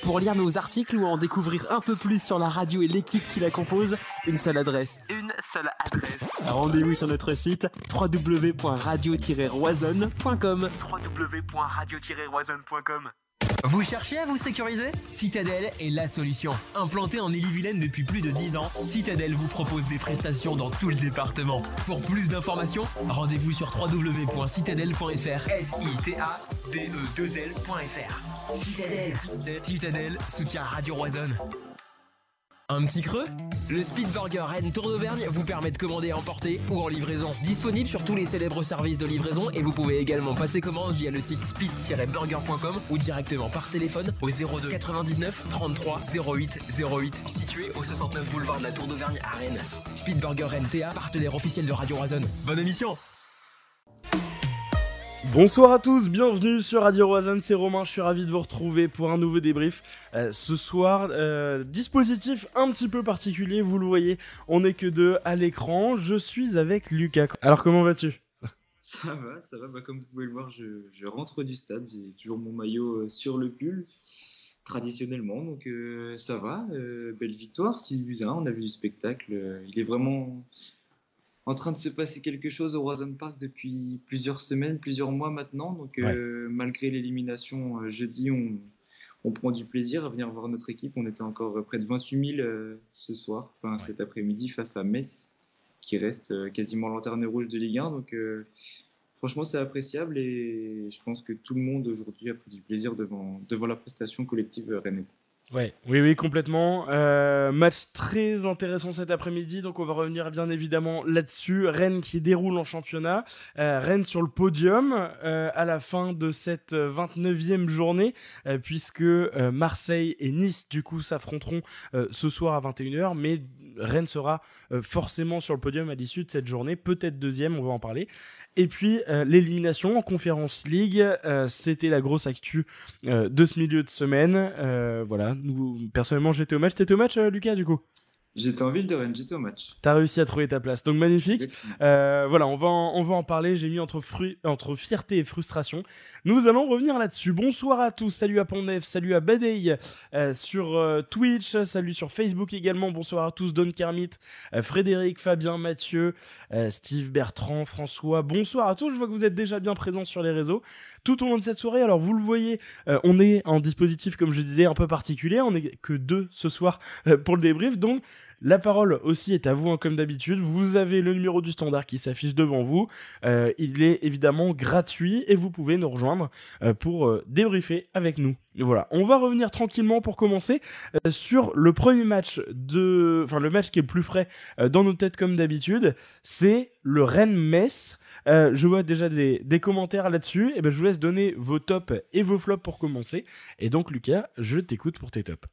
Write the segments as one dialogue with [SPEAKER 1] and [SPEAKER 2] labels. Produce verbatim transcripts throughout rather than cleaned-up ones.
[SPEAKER 1] Pour lire nos articles ou en découvrir un peu plus sur la radio et l'équipe qui la compose, une seule adresse.
[SPEAKER 2] Une seule adresse.
[SPEAKER 1] Rendez-vous sur notre site w w w point radio tiret roisonne point com.
[SPEAKER 2] w w w point radio tiret roisonne point com.
[SPEAKER 3] Vous cherchez à vous sécuriser ? Citadel est la solution. Implanté en Ille-et-Vilaine depuis plus de dix ans, Citadel vous propose des prestations dans tout le département. Pour plus d'informations, rendez-vous sur w w w point citadel point f r. S I T A D E deux L point F R. Citadel. Citadel soutient Radio Roisonne. Un petit creux ? Le Speed Burger Rennes Tour d'Auvergne vous permet de commander à emporter ou en livraison. Disponible sur tous les célèbres services de livraison et vous pouvez également passer commande via le site speed tiret burger point com ou directement par téléphone au zéro deux quatre-vingt-dix-neuf trente-trois zéro huit zéro huit, situé au soixante-neuf boulevard de la Tour d'Auvergne à Rennes. Speed Burger Rennes T A, partenaire officiel de Radio Roisonne. Bonne émission.
[SPEAKER 4] Bonsoir à tous, bienvenue sur Radio Roisonne, c'est Romain, je suis ravi de vous retrouver pour un nouveau débrief. Euh, ce soir, euh, dispositif un petit peu particulier, vous le voyez, on n'est que deux à l'écran, je suis avec Lucas. Alors comment vas-tu ?
[SPEAKER 5] Ça va, ça va, bah, comme vous pouvez le voir, je, je rentre du stade, j'ai toujours mon maillot euh, sur le pull, traditionnellement, donc euh, ça va, euh, belle victoire, six buts à un, on a vu du spectacle, euh, il est vraiment... en train de se passer quelque chose au Roison Park depuis plusieurs semaines, plusieurs mois maintenant. Donc, ouais. euh, malgré l'élimination euh, jeudi, on, on prend du plaisir à venir voir notre équipe. On était encore près de vingt-huit mille euh, ce soir, enfin ouais. cet après-midi, face à Metz, qui reste euh, quasiment lanterne rouge de Ligue un. Donc, euh, franchement, c'est appréciable et je pense que tout le monde aujourd'hui a pris du plaisir devant, devant la prestation collective rennaise.
[SPEAKER 4] Ouais, oui, oui, complètement. Euh, match très intéressant cet après-midi, donc on va revenir bien évidemment là-dessus. Rennes qui déroule en championnat, euh, Rennes sur le podium euh, à la fin de cette vingt-neuvième journée, euh, puisque euh, Marseille et Nice du coup s'affronteront euh, ce soir à vingt et une heures, mais Rennes sera euh, forcément sur le podium à l'issue de cette journée, peut-être deuxième, on va en parler. Et puis euh, l'élimination en Conference League, euh, c'était la grosse actu euh, de ce milieu de semaine. Euh, voilà, nous personnellement j'étais au match. T'étais au match, euh, Lucas, du coup ?
[SPEAKER 5] J'étais en ville de Rennes, j'étais au match.
[SPEAKER 4] T'as réussi à trouver ta place, donc magnifique. Euh, voilà, on va en, on va en parler. J'ai mis entre fru- entre fierté et frustration. Nous allons revenir là-dessus. Bonsoir à tous. Salut à Pondef, salut à Badei euh, sur euh, Twitch, salut sur Facebook également. Bonsoir à tous. Don Kermit, euh, Frédéric, Fabien, Mathieu, euh, Steve, Bertrand, François. Bonsoir à tous. Je vois que vous êtes déjà bien présents sur les réseaux tout au long de cette soirée. Alors vous le voyez, euh, on est en dispositif comme je disais un peu particulier. On n'est que deux ce soir euh, pour le débrief, donc. La parole aussi est à vous, hein, comme d'habitude. Vous avez le numéro du standard qui s'affiche devant vous. Euh, il est évidemment gratuit et vous pouvez nous rejoindre euh, pour euh, débriefer avec nous. Et voilà, on va revenir tranquillement pour commencer euh, sur le premier match de, enfin le match qui est le plus frais euh, dans nos têtes comme d'habitude. C'est le Rennes-Metz. Euh, je vois déjà des, des commentaires là-dessus. Et ben je vous laisse donner vos tops et vos flops pour commencer. Et donc Lucas, je t'écoute pour tes tops.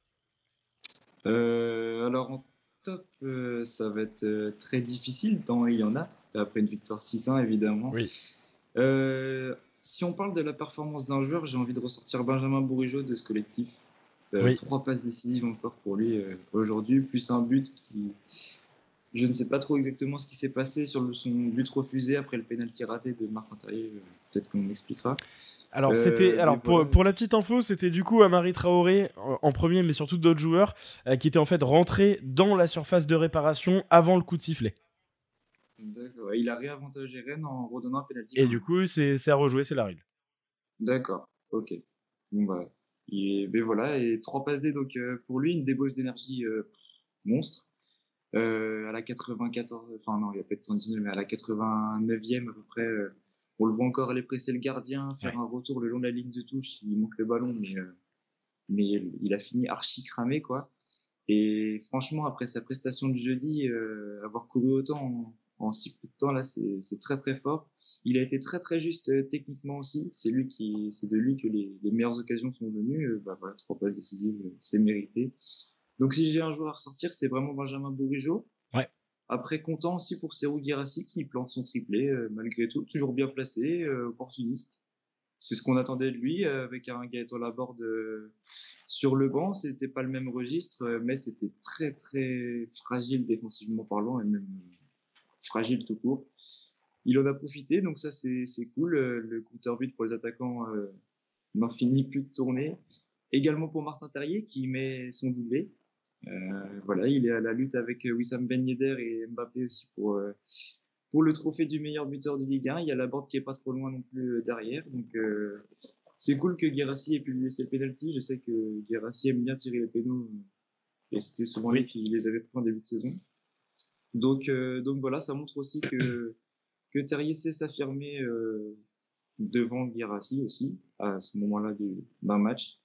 [SPEAKER 5] Euh, alors. En... top, euh, ça va être euh, très difficile, tant il y en a, après une victoire six un évidemment.
[SPEAKER 4] Oui.
[SPEAKER 5] Euh, si on parle de la performance d'un joueur, j'ai envie de ressortir Benjamin Bourigeaud de ce collectif. Euh, oui. Trois passes décisives encore pour lui euh, aujourd'hui, plus un but qui... Je ne sais pas trop exactement ce qui s'est passé sur le, son but refusé après le pénalty raté de Marc Antarié, euh, peut-être qu'on m'expliquera.
[SPEAKER 4] Alors, euh, c'était, alors pour, voilà. pour la petite info, c'était du coup Amari Traoré en, en premier, mais surtout d'autres joueurs euh, qui étaient en fait rentrés dans la surface de réparation avant le coup de sifflet.
[SPEAKER 5] D'accord, il a réavantagé Rennes en redonnant un pénalty.
[SPEAKER 4] Et du coup, c'est, c'est à rejouer, c'est la règle.
[SPEAKER 5] D'accord, ok. Bon bah, et, ben voilà, et trois passes D, donc euh, pour lui, une débauche d'énergie euh, monstre. Euh, à la quatre-vingt-quatorze, enfin non, il n'y a pas de temps de mais à la quatre-vingt-neuvième à peu près. Euh, On le voit encore aller presser le gardien, faire ouais. un retour le long de la ligne de touche. Il manque le ballon, mais, euh, mais il a fini archi cramé, quoi. Et franchement, après sa prestation du jeudi, euh, avoir couru autant en, en si peu de temps, là, c'est, c'est très très fort. Il a été très très juste euh, techniquement aussi. C'est lui qui, c'est de lui que les, les meilleures occasions sont venues. Euh, bah voilà, trois passes décisives, euh, c'est mérité. Donc si j'ai un joueur à ressortir, c'est vraiment Benjamin Bourigeaud.
[SPEAKER 4] Ouais.
[SPEAKER 5] Après, content aussi pour Serhou Guirassy qui plante son triplé, euh, malgré tout, toujours bien placé, euh, opportuniste. C'est ce qu'on attendait de lui, euh, avec un Gaëtan Laborde euh, sur le banc. C'était pas le même registre, euh, mais c'était très très fragile défensivement parlant, et même euh, fragile tout court. Il en a profité, donc ça c'est, c'est cool. Euh, le compteur but pour les attaquants euh, n'en finit plus de tourner. Également pour Martin Terrier qui met son doublé. Euh, voilà, il est à la lutte avec Wissam Ben Yedder et Mbappé aussi pour, euh, pour le trophée du meilleur buteur de Ligue un. Il y a la Laborde qui est pas trop loin non plus derrière. Donc euh, c'est cool que Guirassy ait pu lui laisser le penalty. Je sais que Guirassy aime bien tirer les pénaux et c'était souvent lui qui les avait pris en début de saison. Donc, euh, donc voilà, ça montre aussi que, que Terrier sait s'affirmer euh, devant Guirassy aussi à ce moment-là du, d'un match.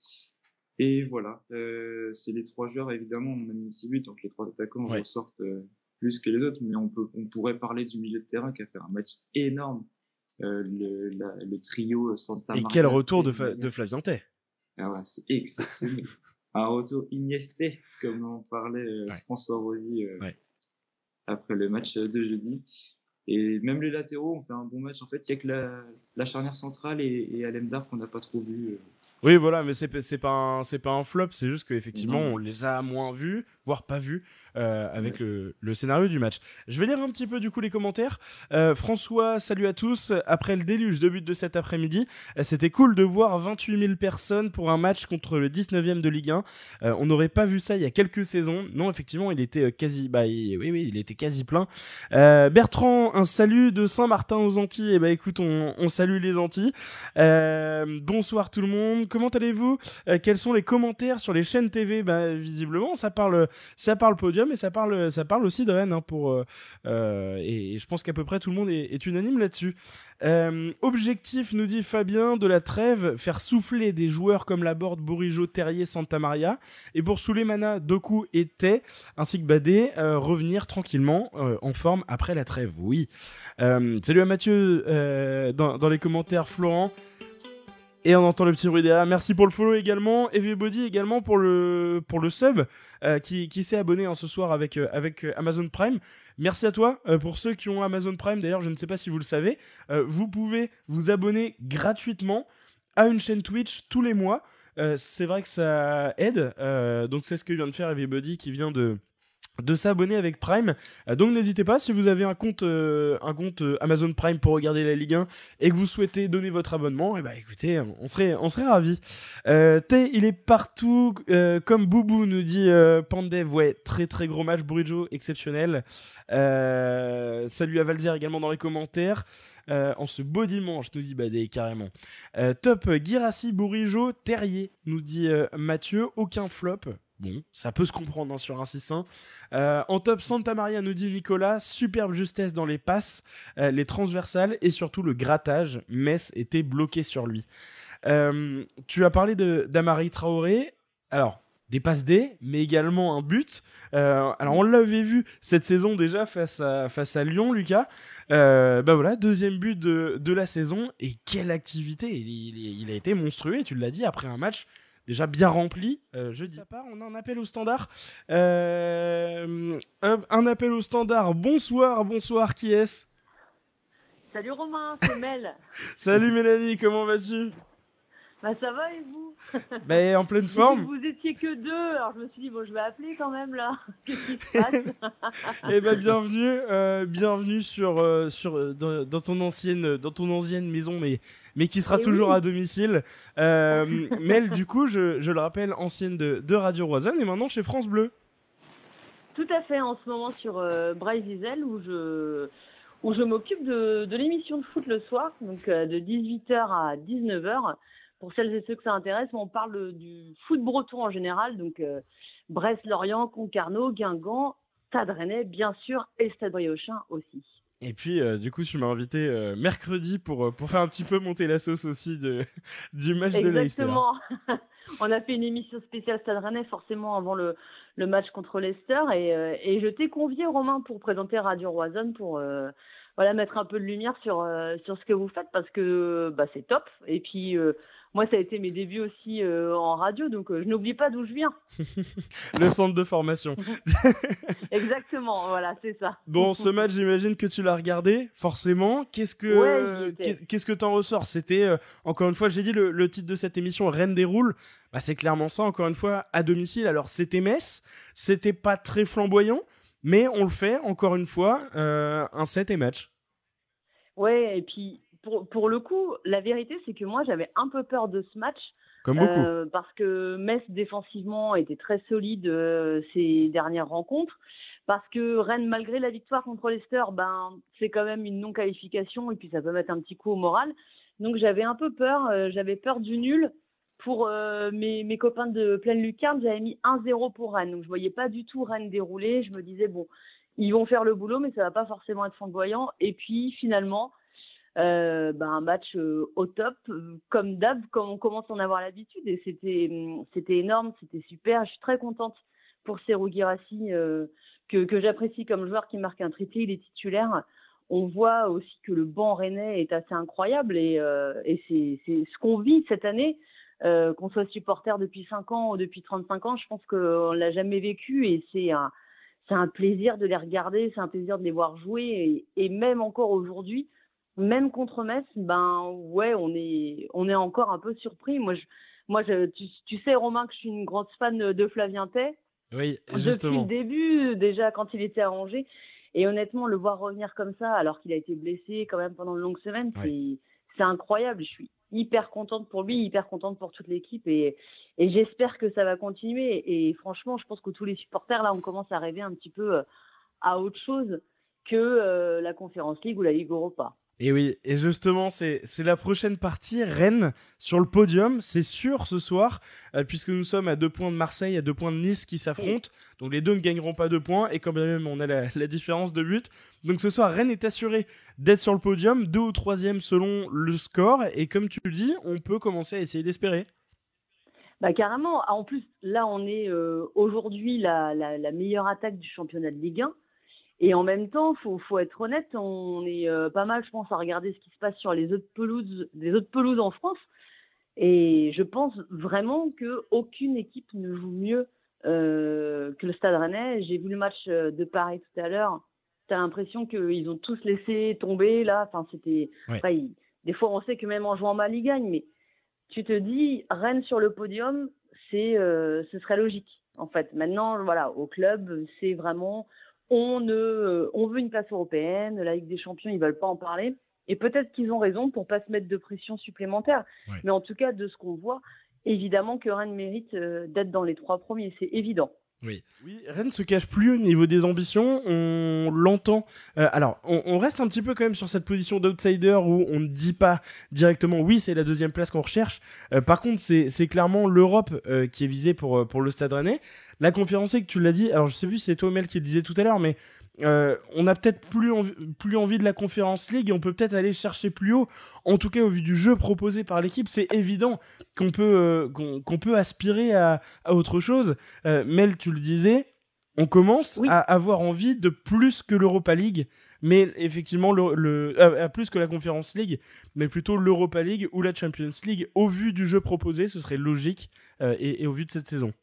[SPEAKER 5] Et voilà, euh, c'est les trois joueurs, évidemment, on a mis six buts, donc les trois attaquants
[SPEAKER 4] ouais.
[SPEAKER 5] ressortent euh, plus que les autres, mais on, peut, on pourrait parler du milieu de terrain qui a fait un match énorme. Euh, le, la, le trio Santa Maria.
[SPEAKER 4] Et quel retour de, Fa- de Flavien Tay.
[SPEAKER 5] Ah ouais, c'est exceptionnel. Un retour Iniesté, comme en parlait euh, ouais. François Rosy euh, ouais. après le match de jeudi. Et même les latéraux ont fait un bon match. En fait, il n'y a que la, la charnière centrale et, et Alemdar qu'on n'a pas trop vu. Euh,
[SPEAKER 4] Oui, voilà, mais c'est c'est pas un c'est pas un flop, c'est juste qu'effectivement on les a moins vus, voire pas vus euh, avec ouais. le, le scénario du match. Je vais lire un petit peu du coup les commentaires. Euh, François, salut à tous. Après le déluge de buts de cet après-midi, c'était cool de voir vingt-huit mille personnes pour un match contre le dix-neuvième de Ligue un. Euh, on n'aurait pas vu ça il y a quelques saisons. Non, effectivement, il était quasi, bah il, oui oui, il était quasi plein. Euh, Bertrand, un salut de Saint-Martin aux Antilles. Et eh bah écoute, on, on salue les Antilles. Euh, bonsoir tout le monde. Comment allez-vous ? euh, Quels sont les commentaires sur les chaînes T V ? Bah, visiblement, ça parle, ça parle podium et ça parle, ça parle aussi de Rennes. Hein, pour, euh, et, et je pense qu'à peu près tout le monde est, est unanime là-dessus. Euh, objectif, nous dit Fabien, de la trêve, faire souffler des joueurs comme Laborde, Bourigeaud, Terrier, Santa Maria. Et pour Souleymana, Doku et Tay, ainsi que Badé, euh, revenir tranquillement euh, en forme après la trêve. Oui. Euh, salut à Mathieu euh, dans, dans les commentaires, Florent. Et on entend le petit bruit derrière. Merci pour le follow également. Everybody également pour le, pour le sub euh, qui, qui s'est abonné hein, ce soir avec, euh, avec euh, Amazon Prime. Merci à toi. Euh, pour ceux qui ont Amazon Prime, d'ailleurs, je ne sais pas si vous le savez, euh, vous pouvez vous abonner gratuitement à une chaîne Twitch tous les mois. Euh, c'est vrai que ça aide. Euh, donc c'est ce que vient de faire Everybody qui vient de... de s'abonner avec Prime. Euh, donc n'hésitez pas, si vous avez un compte, euh, un compte euh, Amazon Prime pour regarder la Ligue un et que vous souhaitez donner votre abonnement, et bah écoutez, on serait, on serait ravis. Euh, Tay, il est partout euh, comme Boubou, nous dit euh, Pandev. Ouais, très très gros match, Bourigeaud, exceptionnel. Euh, salut à Valzer également dans les commentaires. Euh, en ce beau dimanche, nous dit Badé, carrément. Euh, top, Guirassy, Bourigeaud, Terrier, nous dit euh, Mathieu. Aucun flop. Bon, ça peut se comprendre hein, sur un six un. Euh, en top, Santa Maria, nous dit Nicolas. Superbe justesse dans les passes, euh, les transversales et surtout le grattage. Metz était bloqué sur lui. Euh, tu as parlé de, d'Amari Traoré. Alors, des passes D, mais également un but. Euh, alors, on l'avait vu cette saison déjà face à, face à Lyon, Lucas. Euh, bah voilà, deuxième but de, de la saison. Et quelle activité! Il, il, il a été monstrueux, et tu l'as dit, après un match déjà bien rempli. Euh, jeudi. À part, on a un appel au standard. Euh, un, un appel au standard. Bonsoir, bonsoir, qui est-ce ?
[SPEAKER 6] Salut Romain, c'est Mel.
[SPEAKER 4] Salut Mélanie, comment vas-tu ?
[SPEAKER 6] Bah ça va et vous ?
[SPEAKER 4] Bah en pleine forme.
[SPEAKER 6] Vous étiez que deux, alors je me suis dit bon je vais appeler quand même là. Qu'est-ce qui se passe ?
[SPEAKER 4] Eh ben bienvenue, euh, bienvenue sur euh, sur dans, dans ton ancienne dans ton ancienne maison, mais mais qui sera et toujours oui. à domicile. Euh, Mel, du coup, je je le rappelle, ancienne de de Radio Roisanne et maintenant chez France Bleu.
[SPEAKER 6] Tout à fait, en ce moment sur euh, Bray-Wiesel où je où je m'occupe de de l'émission de foot le soir, donc euh, de dix-huit heures à dix-neuf heures. Pour celles et ceux que ça intéresse, on parle du foot breton en général, donc euh, Brest, Lorient, Concarneau, Guingamp, Stade Rennais, bien sûr, et Stade Briochin aussi.
[SPEAKER 4] Et puis, euh, du coup, tu m'as invité euh, mercredi pour, pour faire un petit peu monter la sauce aussi de, du match
[SPEAKER 6] Exactement.
[SPEAKER 4] de Leicester.
[SPEAKER 6] Exactement. On a fait une émission spéciale Stade Rennais, forcément, avant le, le match contre Leicester. Et, euh, et je t'ai convié, Romain, pour présenter Radio Roisanne, pour euh, voilà, mettre un peu de lumière sur, euh, sur ce que vous faites, parce que bah, c'est top. Et puis... Euh, moi, ça a été mes débuts aussi euh, en radio, donc euh, je n'oublie pas d'où je viens.
[SPEAKER 4] Le centre de formation.
[SPEAKER 6] Exactement, voilà, c'est ça.
[SPEAKER 4] Bon, ce match, j'imagine que tu l'as regardé, forcément. Qu'est-ce que
[SPEAKER 6] ouais,
[SPEAKER 4] qu'est- qu'est-ce que t'en ressors ? C'était, euh, encore une fois, j'ai dit le, le titre de cette émission, Rennes déroule. Bah, c'est clairement ça, encore une fois, à domicile. Alors, c'était Metz, c'était pas très flamboyant, mais on le fait, encore une fois, euh, un set et match.
[SPEAKER 6] Ouais, et puis... Pour, pour le coup, la vérité, c'est que moi, j'avais un peu peur de ce match
[SPEAKER 4] Comme beaucoup.
[SPEAKER 6] Euh, parce que Metz défensivement était très solide euh, ces dernières rencontres. Parce que Rennes, malgré la victoire contre Leicester, ben, c'est quand même une non-qualification et puis ça peut mettre un petit coup au moral. Donc j'avais un peu peur, euh, j'avais peur du nul. Pour euh, mes, mes copains de pleine lucarne, j'avais mis un zéro pour Rennes. Donc je voyais pas du tout Rennes dérouler. Je me disais, bon, ils vont faire le boulot, mais ça va pas forcément être flamboyant. Et puis finalement, euh, ben, un match euh, au top, euh, comme d'hab, comme on commence à en avoir l'habitude. Et c'était, c'était énorme, c'était super. Je suis très contente pour Serhou Guirassy, euh, que, que j'apprécie comme joueur qui marque un triplé, il est titulaire. On voit aussi que le banc rennais est assez incroyable et, euh, et c'est, c'est ce qu'on vit cette année, euh, qu'on soit supporter depuis cinq ans ou depuis trente-cinq ans, je pense qu'on ne l'a jamais vécu et c'est un, c'est un plaisir de les regarder, c'est un plaisir de les voir jouer et, et même encore aujourd'hui, même contre Metz, ben ouais, on est, on est encore un peu surpris. Moi, je, moi je, tu, tu sais Romain que je suis une grande fan de Flavien Tay.
[SPEAKER 4] Oui, justement.
[SPEAKER 6] Depuis le début, déjà quand il était à Angers. Et honnêtement, le voir revenir comme ça, alors qu'il a été blessé quand même pendant de longues semaines,
[SPEAKER 4] Oui.
[SPEAKER 6] c'est, c'est incroyable. Je suis hyper contente pour lui, hyper contente pour toute l'équipe. Et, et j'espère que ça va continuer. Et franchement, je pense que tous les supporters, là, on commence à rêver un petit peu à autre chose que euh, la Conference League ou la Ligue Europa.
[SPEAKER 4] Et oui, et justement, c'est, c'est la prochaine partie. Rennes sur le podium, c'est sûr ce soir, euh, puisque nous sommes à deux points de Marseille, à deux points de Nice qui s'affrontent. Donc les deux ne gagneront pas deux points, et quand même on a la, la différence de but. Donc ce soir, Rennes est assuré d'être sur le podium, deux ou troisième selon le score. Et comme tu le dis, on peut commencer à essayer d'espérer.
[SPEAKER 6] Bah carrément. En plus, là, on est euh, aujourd'hui la, la, la meilleure attaque du championnat de Ligue un. Et en même temps, faut, faut être honnête, on est euh, pas mal, je pense, à regarder ce qui se passe sur les autres pelouses, les autres pelouses en France. Et je pense vraiment qu'aucune équipe ne joue mieux euh, que le Stade Rennais. J'ai vu le match de Paris tout à l'heure. T'as l'impression qu'ils ont tous laissé tomber là. Enfin, c'était.
[SPEAKER 4] Ouais.
[SPEAKER 6] Enfin, ils, des fois, on sait que même en jouant mal, ils gagnent. Mais tu te dis, Rennes sur le podium, c'est, euh, ce serait logique. En fait, maintenant, voilà, au club, c'est vraiment. On, ne, on veut une place européenne, la Ligue des Champions, ils ne veulent pas en parler. Et peut-être qu'ils ont raison pour ne pas se mettre de pression supplémentaire.
[SPEAKER 4] Ouais.
[SPEAKER 6] Mais en tout cas, de ce qu'on voit, évidemment que Rennes mérite euh, d'être dans les trois premiers, c'est évident.
[SPEAKER 4] Oui. Oui, Rennes se cache plus au niveau des ambitions, on l'entend. Euh, alors, on, on reste un petit peu quand même sur cette position d'outsider où on ne dit pas directement oui, c'est la deuxième place qu'on recherche. Euh, par contre, c'est, c'est clairement l'Europe euh, qui est visée pour, pour le Stade Rennais. La Conférence League, tu l'as dit, alors je sais plus si c'est toi Mel qui le disait tout à l'heure, mais euh, on a peut-être plus envie, plus envie de la Conférence League et on peut peut-être aller chercher plus haut. En tout cas, au vu du jeu proposé par l'équipe, c'est évident qu'on peut, euh, qu'on, qu'on peut aspirer à, à autre chose. Euh, Mel, tu le disais, on commence
[SPEAKER 6] Oui.
[SPEAKER 4] à avoir envie de plus que l'Europa League, mais effectivement, le, le, euh, plus que la Conference League, mais plutôt l'Europa League ou la Champions League. Au vu du jeu proposé, ce serait logique euh, et, et au vu de cette saison.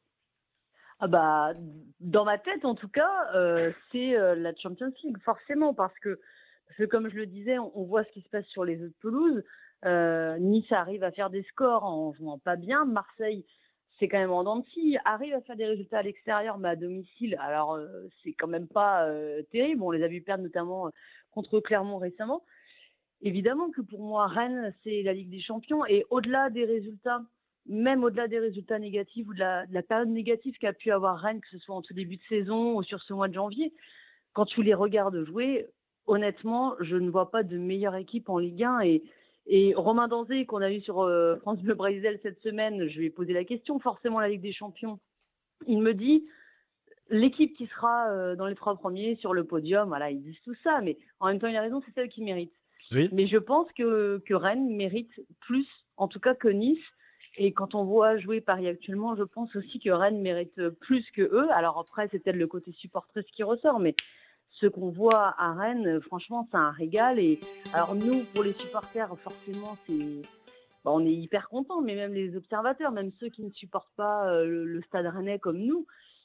[SPEAKER 6] Ah bah, dans ma tête, en tout cas, euh, c'est euh, la Champions League, forcément, parce que, parce que comme je le disais, on, on voit ce qui se passe sur les autres pelouses. Euh, Nice arrive à faire des scores en jouant pas bien. Marseille, c'est quand même en dents de scie, arrive à faire des résultats à l'extérieur, mais à domicile, alors euh, c'est quand même pas euh, terrible. On les a vus perdre notamment euh, contre Clermont récemment. Évidemment que pour moi, Rennes, c'est la Ligue des Champions, et au-delà des résultats, même au-delà des résultats négatifs ou de la, de la période négative qu'a pu avoir Rennes, que ce soit en tout début de saison ou sur ce mois de janvier, quand tu les regardes jouer, honnêtement, je ne vois pas de meilleure équipe en Ligue un. Et, et Romain Danzé, qu'on a eu sur euh, France Bleu Brésil cette semaine, je lui ai posé la question, forcément la Ligue des Champions. Il me dit, l'équipe qui sera euh, dans les trois premiers sur le podium, voilà, ils disent tout ça, mais en même temps, il a raison, c'est celle qui mérite.
[SPEAKER 4] Oui.
[SPEAKER 6] Mais je pense que, que Rennes mérite plus, en tout cas que Nice. Et quand on voit jouer Paris actuellement, je pense aussi que Rennes mérite plus que eux. Alors après, c'est peut-être le côté supportrice qui ressort, mais ce qu'on voit à Rennes, franchement, c'est un régal. Et alors nous, pour les supporters, forcément, c'est, bah, on est hyper contents, mais même les observateurs, même ceux qui ne supportent pas euh, le, le Stade Rennais comme nous,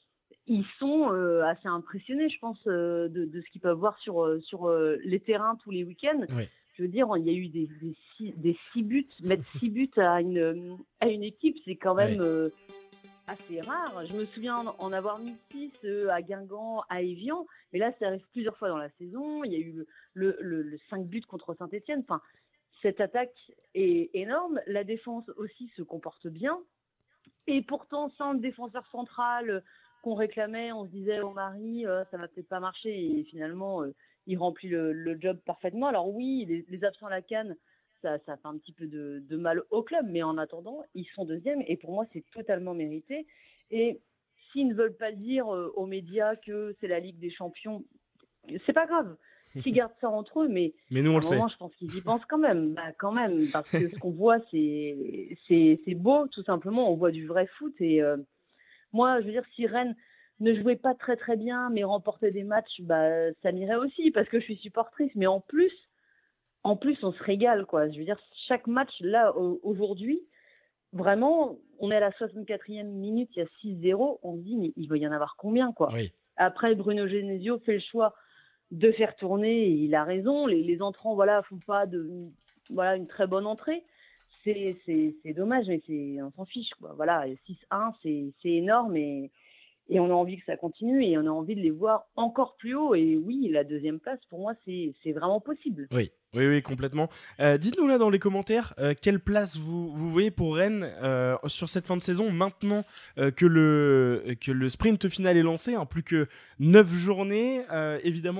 [SPEAKER 6] ils sont euh, assez impressionnés, je pense, euh, de, de ce qu'ils peuvent voir sur, euh, sur euh, les terrains tous les week-ends.
[SPEAKER 4] Oui.
[SPEAKER 6] Je veux dire, il y a eu des, des, six, des six buts, mettre six buts à une, à une équipe, c'est quand même
[SPEAKER 4] Ouais.
[SPEAKER 6] euh, assez rare. Je me souviens en avoir mis six euh, à Guingamp, à Évian, mais là, ça arrive plusieurs fois dans la saison. Il y a eu le, le, le, le cinq buts contre Saint-Etienne. Enfin, cette attaque est énorme. La défense aussi se comporte bien. Et pourtant, sans le défenseur central qu'on réclamait, on se disait au mari, euh, ça va peut-être pas marcher. Et finalement, euh, il remplit le, le job parfaitement. Alors oui, les, les absents à la CAN, ça, ça fait un petit peu de, de mal au club. Mais en attendant, ils sont deuxièmes. Et pour moi, c'est totalement mérité. Et s'ils ne veulent pas dire euh, aux médias que c'est la Ligue des Champions, c'est pas grave. S'ils gardent ça entre eux, mais,
[SPEAKER 4] mais nous, on
[SPEAKER 6] à un
[SPEAKER 4] le
[SPEAKER 6] moment,
[SPEAKER 4] sait.
[SPEAKER 6] je pense qu'ils y pensent quand même. Bah, quand même, parce que ce qu'on voit, c'est, c'est, c'est beau, tout simplement. On voit du vrai foot. Et euh, moi, je veux dire, si Rennes ne jouait pas très très bien, mais remportait des matchs, bah, ça m'irait aussi, parce que je suis supportrice. Mais en plus, en plus, on se régale, quoi. Je veux dire, chaque match, là, aujourd'hui, vraiment, on est à la soixante-quatrième minute, il y a six zéro. On se dit, mais il va y en avoir combien, quoi.
[SPEAKER 4] Oui.
[SPEAKER 6] Après, Bruno Genesio fait le choix de faire tourner, et il a raison. Les, les entrants, voilà, font pas de, voilà, une très bonne entrée. C'est, c'est, c'est dommage, mais c'est, on s'en fiche, quoi. Voilà, six un, c'est, c'est énorme, et, et on a envie que ça continue, et on a envie de les voir encore plus haut. Et oui, la deuxième place, pour moi, c'est, c'est vraiment possible.
[SPEAKER 4] Oui. Oui, oui, complètement. Euh, dites-nous là dans les commentaires euh, quelle place vous, vous voyez pour Rennes euh, sur cette fin de saison, maintenant euh, que, le, que le sprint final est lancé, hein, plus que neuf journées. Euh, évidemment,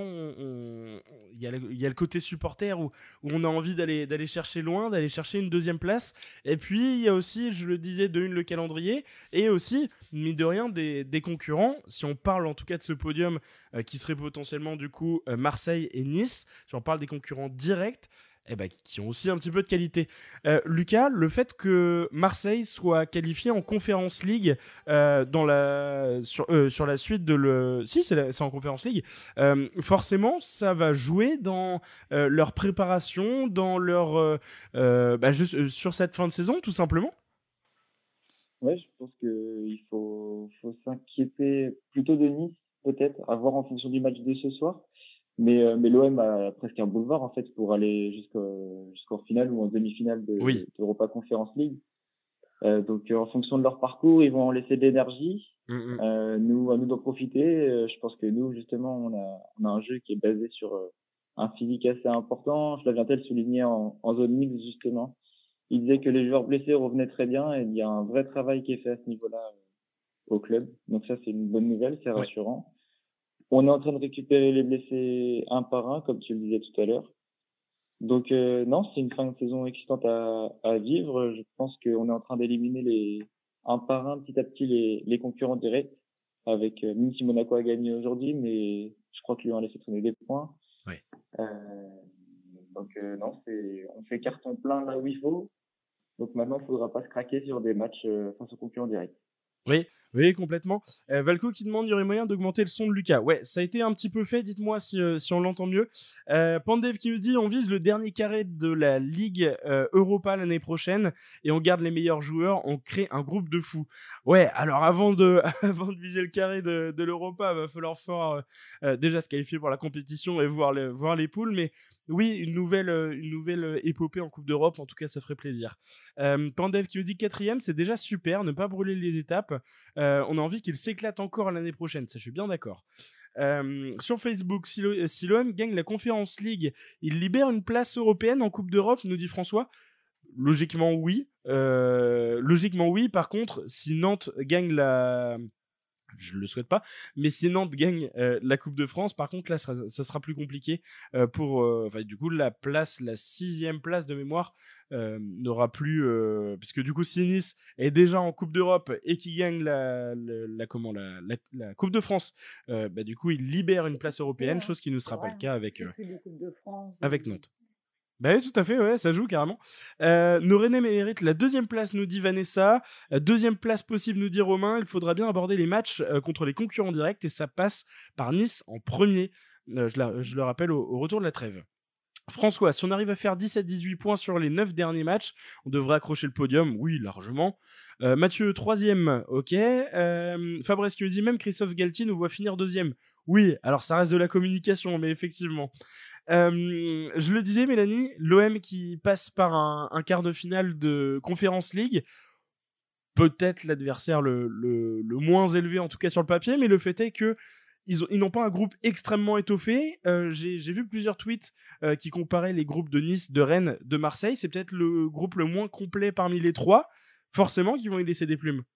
[SPEAKER 4] il y, y a le côté supporter où, où on a envie d'aller, d'aller chercher loin, d'aller chercher une deuxième place. Et puis, il y a aussi, je le disais, de une, le calendrier, et aussi, mine de rien, des, des concurrents. Si on parle en tout cas de ce podium euh, qui serait potentiellement du coup euh, Marseille et Nice, si on parle des concurrents directs, eh ben, qui ont aussi un petit peu de qualité. Euh, Lucas, le fait que Marseille soit qualifié en Conference League euh, dans la, sur, euh, sur la suite de le... Si, c'est, la, c'est en Conference League. Euh, forcément, ça va jouer dans euh, leur préparation, dans leur... Euh, euh, bah, juste, euh, sur cette fin de saison, tout simplement.
[SPEAKER 5] Ouais, je pense qu'il faut, faut s'inquiéter plutôt de Nice, peut-être, à voir en fonction du match de ce soir. Mais, euh, mais l'O M a presque un boulevard, en fait, pour aller jusqu'au, jusqu'en finale ou en demi-finale de,
[SPEAKER 4] oui.
[SPEAKER 5] d'Europa Conference League. Euh, donc, euh, en fonction de leur parcours, ils vont en laisser de l'énergie.
[SPEAKER 4] Mm-hmm.
[SPEAKER 5] Euh, nous, à nous d'en profiter. Euh, je pense que nous, justement, on a, on a un jeu qui est basé sur euh, un physique assez important. Je l'avais un tel souligné en, en zone mixte, justement. Il disait que les joueurs blessés revenaient très bien et il y a un vrai travail qui est fait à ce niveau-là euh, au club. Donc ça, c'est une bonne nouvelle, c'est rassurant. Ouais. On est en train de récupérer les blessés un par un, comme tu le disais tout à l'heure. Donc euh, non, c'est une fin de saison excitante à, à vivre. Je pense qu'on est en train d'éliminer les un par un, petit à petit, les, les concurrents directs. Avec euh, même si Monaco a gagné aujourd'hui, mais je crois qu'ils lui ont laissé traîner des points.
[SPEAKER 4] Oui.
[SPEAKER 5] Euh, donc euh, non, c'est on fait carton plein là où il faut. Donc maintenant, il ne faudra pas se craquer sur des matchs euh, face aux concurrents directs.
[SPEAKER 4] Oui, oui, complètement. Euh, Valco qui demande, il y aurait moyen d'augmenter le son de Lucas. Ouais, ça a été un petit peu fait, dites-moi si, euh, si on l'entend mieux. Euh, Pandev qui nous dit, on vise le dernier carré de la Ligue euh, Europa l'année prochaine et on garde les meilleurs joueurs, on crée un groupe de fous. Ouais, alors avant de, avant de viser le carré de, de l'Europa, il va falloir faire, euh, déjà se qualifier pour la compétition et voir, le, voir les poules, mais oui, une nouvelle, une nouvelle épopée en Coupe d'Europe, en tout cas ça ferait plaisir. Euh, Pandev qui nous dit quatrième, c'est déjà super, ne pas brûler les étapes. Euh, on a envie qu'il s'éclate encore l'année prochaine, ça je suis bien d'accord. Euh, sur Facebook, si l'O M gagne la Conference League, il libère une place européenne en Coupe d'Europe, nous dit François. Logiquement oui. Euh, logiquement oui, par contre, si Nantes gagne la... Je le souhaite pas, mais si Nantes gagne euh, la Coupe de France, par contre là ça sera, ça sera plus compliqué euh, pour, euh, enfin du coup la place, la sixième place de mémoire euh, n'aura plus, euh, puisque du coup si Nice est déjà en Coupe d'Europe et qui gagne la, la, la comment la, la, la Coupe de France, euh, bah du coup il libère une place européenne, chose qui ne sera pas le cas avec euh, avec Nantes. Bah oui, tout à fait, ouais, ça joue carrément. Euh, nos Rennais méritent la deuxième place, nous dit Vanessa. Euh, deuxième place possible, nous dit Romain. Il faudra bien aborder les matchs euh, contre les concurrents directs et ça passe par Nice en premier. Euh, je, la, je le rappelle au, au retour de la trêve. François, si on arrive à faire dix-sept dix-huit points sur les neuf derniers matchs, on devrait accrocher le podium. Oui, largement. Euh, Mathieu, troisième, ok. Euh, Fabrice qui nous dit même Christophe Galtier nous voit finir deuxième. Oui, alors ça reste de la communication, mais effectivement. Euh, je le disais, Mélanie, l'O M qui passe par un, un quart de finale de Conference League, peut-être l'adversaire le, le, le moins élevé en tout cas sur le papier, mais le fait est que ils, ont, ils n'ont pas un groupe extrêmement étoffé. Euh, j'ai, j'ai vu plusieurs tweets euh, qui comparaient les groupes de Nice, de Rennes, de Marseille. C'est peut-être le groupe le moins complet parmi les trois. Forcément qu'ils vont y laisser des plumes.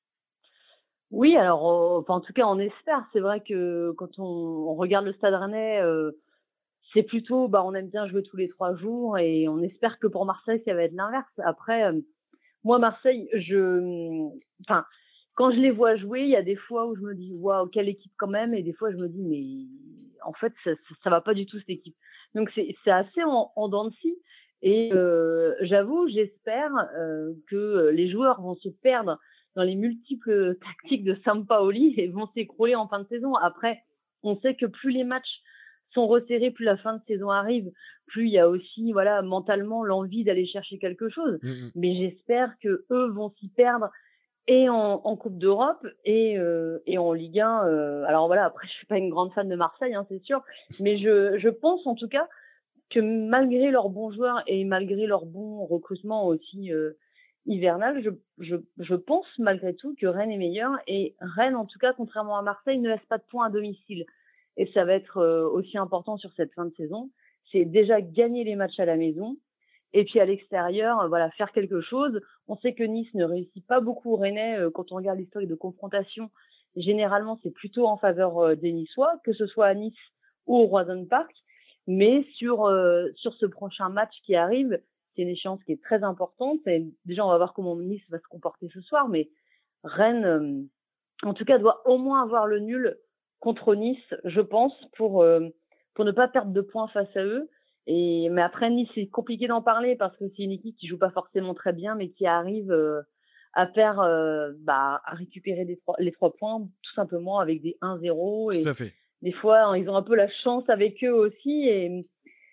[SPEAKER 6] Oui, alors, euh, enfin, en tout cas, on espère. C'est vrai que quand on, on regarde le Stade Rennais, euh, c'est plutôt, bah, on aime bien jouer tous les trois jours et on espère que pour Marseille, ça va être l'inverse. Après, euh, moi, Marseille, je, enfin, quand je les vois jouer, il y a des fois où je me dis, waouh, quelle équipe quand même, et des fois, je me dis, mais en fait, ça, ça, ça va pas du tout cette équipe. Donc, c'est, c'est assez en, en dents de scie. Et euh, j'avoue, j'espère euh, que les joueurs vont se perdre dans les multiples tactiques de Sampaoli et vont s'écrouler en fin de saison. Après, on sait que plus les matchs sont resserrés, plus la fin de saison arrive, plus il y a aussi, voilà, mentalement l'envie d'aller chercher quelque chose. Mmh. Mais j'espère que eux vont s'y perdre et en, en Coupe d'Europe et, euh, et en Ligue un. Euh, alors voilà, après, je suis pas une grande fan de Marseille, hein, c'est sûr, mais je, je pense en tout cas que malgré leurs bons joueurs et malgré leur bon recrutement aussi euh, hivernal, je, je, je pense malgré tout que Rennes est meilleur. Et Rennes, en tout cas, contrairement à Marseille, ne laisse pas de points à domicile. Et ça va être euh, aussi important sur cette fin de saison. C'est déjà gagner les matchs à la maison. Et puis à l'extérieur, euh, voilà, faire quelque chose. On sait que Nice ne réussit pas beaucoup au Rennais. Euh, quand on regarde l'historique de confrontation, généralement, c'est plutôt en faveur euh, des Niçois, que ce soit à Nice ou au Roison Park. Mais sur, euh, sur ce prochain match qui arrive, c'est une échéance qui est très importante. Et déjà, on va voir comment Nice va se comporter ce soir. Mais Rennes, euh, en tout cas, doit au moins avoir le nul contre Nice, je pense, pour, euh, pour ne pas perdre de points face à eux. Et, mais après, Nice, c'est compliqué d'en parler parce que c'est une équipe qui joue pas forcément très bien, mais qui arrive euh, à faire, euh, bah, à récupérer des trois, les trois points, tout simplement avec des un zéro. Et
[SPEAKER 4] tout à fait.
[SPEAKER 6] Des fois, hein, ils ont un peu la chance avec eux aussi. Et,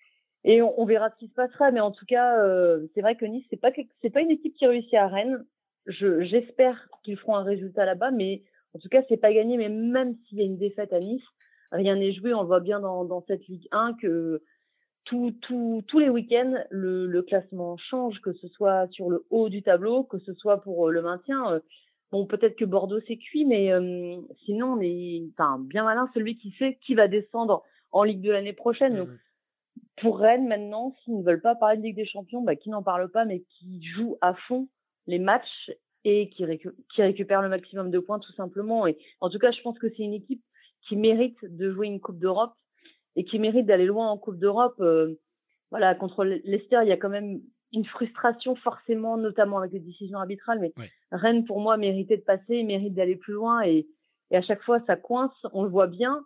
[SPEAKER 6] et on, on verra ce qui se passera. Mais en tout cas, euh, c'est vrai que Nice, c'est pas, c'est pas une équipe qui réussit à Rennes. Je, j'espère qu'ils feront un résultat là-bas, mais en tout cas, c'est pas gagné. Mais même s'il y a une défaite à Nice, rien n'est joué. On le voit bien dans, dans cette Ligue un que tout, tout, tous les week-ends, le, le classement change, que ce soit sur le haut du tableau, que ce soit pour le maintien. Bon, peut-être que Bordeaux s'est cuit, mais euh, sinon, on est enfin, bien malin celui qui sait qui va descendre en Ligue deux l'année prochaine. Donc, pour Rennes, maintenant, s'ils ne veulent pas parler de Ligue des Champions, bah, qui n'en parle pas, mais qui joue à fond les matchs et qui, récu- qui récupère le maximum de points, tout simplement. Et en tout cas, je pense que c'est une équipe qui mérite de jouer une Coupe d'Europe et qui mérite d'aller loin en Coupe d'Europe. Euh, voilà, contre Leicester, il y a quand même une frustration forcément, notamment avec les décisions arbitrales, mais ouais. Rennes, pour moi, méritait de passer, mérite d'aller plus loin, et, et à chaque fois, ça coince, on le voit bien,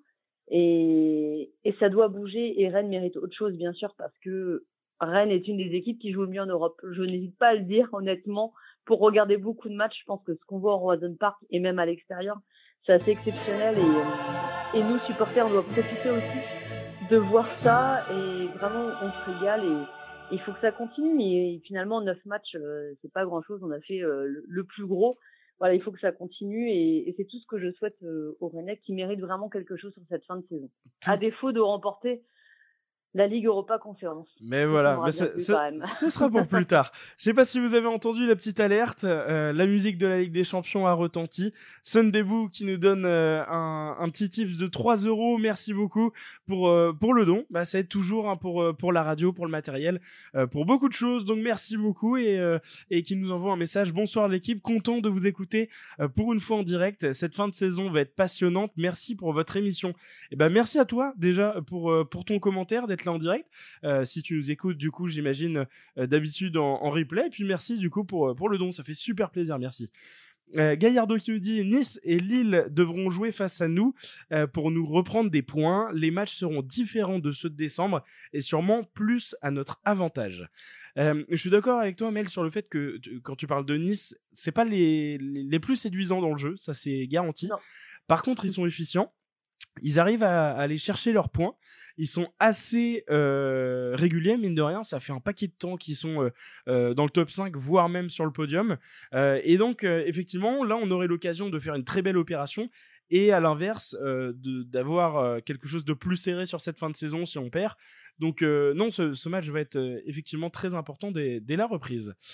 [SPEAKER 6] et, et ça doit bouger, et Rennes mérite autre chose, bien sûr, parce que Rennes est une des équipes qui joue le mieux en Europe. Je n'hésite pas à le dire, honnêtement, pour regarder beaucoup de matchs, je pense que ce qu'on voit au Roison Park, et même à l'extérieur, c'est assez exceptionnel, et, et nous, supporters, on doit profiter aussi de voir ça, et vraiment, on se régale, et il faut que ça continue. Et finalement, neuf matchs, euh, c'est pas grand-chose. On a fait euh, le, le plus gros. Voilà, il faut que ça continue. Et, et c'est tout ce que je souhaite euh, aux Rennais, qui méritent vraiment quelque chose sur cette fin de saison. À défaut de remporter la Ligue Europa Conférence.
[SPEAKER 4] Mais voilà, mais ce, ce, ce sera pour plus tard. Je sais pas si vous avez entendu la petite alerte, euh, la musique de la Ligue des Champions a retenti. Sundebou qui nous donne euh, un, un petit tips de trois euros. Merci beaucoup pour euh, pour le don. Bah ça aide toujours hein, pour euh, pour la radio, pour le matériel, euh, pour beaucoup de choses. Donc merci beaucoup et euh, et qui nous envoie un message. Bonsoir l'équipe, content de vous écouter euh, pour une fois en direct. Cette fin de saison va être passionnante. Merci pour votre émission. Et ben merci à toi déjà pour euh, pour ton commentaire d'être là en direct. Euh, si tu nous écoutes, du coup, j'imagine euh, d'habitude en, en replay. Et puis merci du coup pour pour le don, ça fait super plaisir, merci. Euh, Gaillardo qui nous dit Nice et Lille devront jouer face à nous euh, pour nous reprendre des points. Les matchs seront différents de ceux de décembre et sûrement plus à notre avantage. Euh, je suis d'accord avec toi, Mel, sur le fait que tu, quand tu parles de Nice, c'est pas les, les les plus séduisants dans le jeu, ça c'est garanti. Non. Par contre, ils sont efficients. Ils arrivent à, à aller chercher leurs points. Ils sont assez euh, réguliers, mine de rien. Ça fait un paquet de temps qu'ils sont euh, euh, dans le top cinq, voire même sur le podium. Euh, et donc, euh, effectivement, là, on aurait l'occasion de faire une très belle opération. Et à l'inverse, euh, de, d'avoir euh, quelque chose de plus serré sur cette fin de saison si on perd. Donc, euh, non, ce, ce match va être euh, effectivement très important dès, dès la reprise.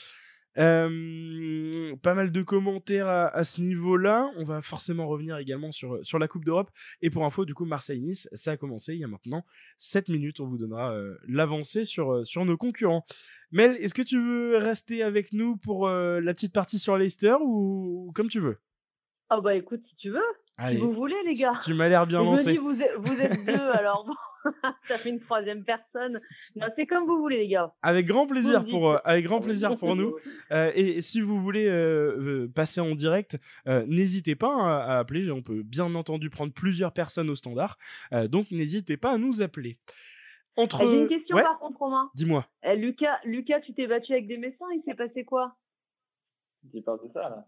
[SPEAKER 4] Euh, pas mal de commentaires à, à ce niveau-là. On va forcément revenir également sur, sur la Coupe d'Europe. Et pour info, du coup, Marseille-Nice, ça a commencé il y a maintenant sept minutes. On vous donnera euh, l'avancée sur, euh, sur nos concurrents. Mel, est-ce que tu veux rester avec nous pour euh, la petite partie sur Leicester ou, ou comme tu veux?
[SPEAKER 6] Ah bah écoute, si tu veux,
[SPEAKER 4] Allez,
[SPEAKER 6] si vous voulez les gars.
[SPEAKER 4] Tu, tu m'as l'air bien
[SPEAKER 6] Et je
[SPEAKER 4] lancé.
[SPEAKER 6] me dis, vous êtes, vous êtes deux, alors bon, ça fait une troisième personne. Non, c'est comme vous voulez les gars.
[SPEAKER 4] Avec grand plaisir
[SPEAKER 6] Vous me
[SPEAKER 4] pour, euh,
[SPEAKER 6] dites.
[SPEAKER 4] avec grand plaisir pour nous. Euh, et, et si vous voulez euh, euh, passer en direct, euh, n'hésitez pas à, à appeler. On peut bien entendu prendre plusieurs personnes au standard. Euh, donc n'hésitez pas à nous appeler. Entre...
[SPEAKER 6] Eh, j'ai une question
[SPEAKER 4] ouais
[SPEAKER 6] par contre, Romain.
[SPEAKER 4] Dis-moi.
[SPEAKER 6] Eh, Lucas, Lucas, tu t'es battu avec des médecins, il s'est passé quoi?
[SPEAKER 7] Tu parles de ça, là?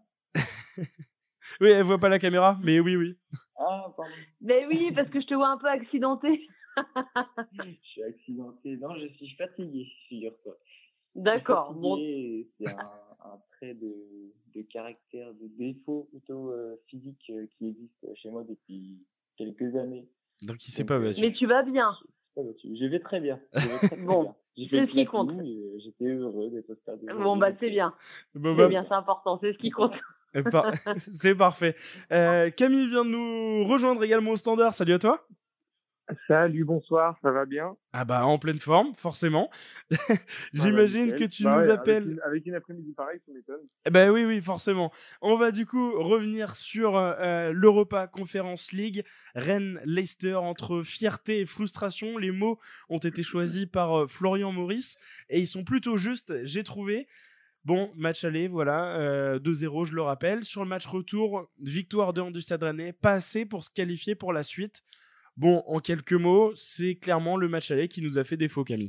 [SPEAKER 4] Oui, elle voit pas la caméra, mais oui, oui.
[SPEAKER 7] Ah, pardon.
[SPEAKER 6] Mais oui, parce que je te vois un peu accidenté.
[SPEAKER 7] Je suis accidenté. Non, je suis fatigué, figure-toi.
[SPEAKER 6] D'accord, bon.
[SPEAKER 7] C'est un, un trait de, de caractère, de défaut plutôt euh, physique euh, qui existe chez moi depuis quelques années.
[SPEAKER 4] Donc il s'est pas battu.
[SPEAKER 6] Mais tu vas bien.
[SPEAKER 7] Je, pas battu. je vais très bien. Je vais très, très
[SPEAKER 6] bon,
[SPEAKER 7] bien. J'ai
[SPEAKER 6] c'est
[SPEAKER 7] fait
[SPEAKER 6] ce qui compte.
[SPEAKER 7] et j'étais heureux d'être au stade.
[SPEAKER 6] Bon, bah c'est bien.
[SPEAKER 4] Bon,
[SPEAKER 6] c'est
[SPEAKER 4] bah...
[SPEAKER 6] bien, c'est important, c'est ce qui compte.
[SPEAKER 4] Par... c'est parfait. Euh, Camille vient de nous rejoindre également au standard. Salut à toi.
[SPEAKER 8] Salut, bonsoir, ça va bien?
[SPEAKER 4] Ah bah en pleine forme, forcément. J'imagine
[SPEAKER 8] ah bah,
[SPEAKER 4] que tu
[SPEAKER 8] bah
[SPEAKER 4] nous
[SPEAKER 8] ouais,
[SPEAKER 4] appelles.
[SPEAKER 8] Avec une, avec une après-midi pareille, ça m'étonne.
[SPEAKER 4] Eh ben oui, oui, forcément. On va du coup revenir sur euh, l'Europa Conference League, Rennes-Leicester, entre fierté et frustration. Les mots ont été choisis par euh, Florian Maurice et ils sont plutôt justes, j'ai trouvé. Bon, match aller, voilà, euh, deux zéro, je le rappelle. Sur le match retour, victoire de du Stade Rennais, pas assez pour se qualifier pour la suite. Bon, en quelques mots, c'est clairement le match aller qui nous a fait défaut, Camille.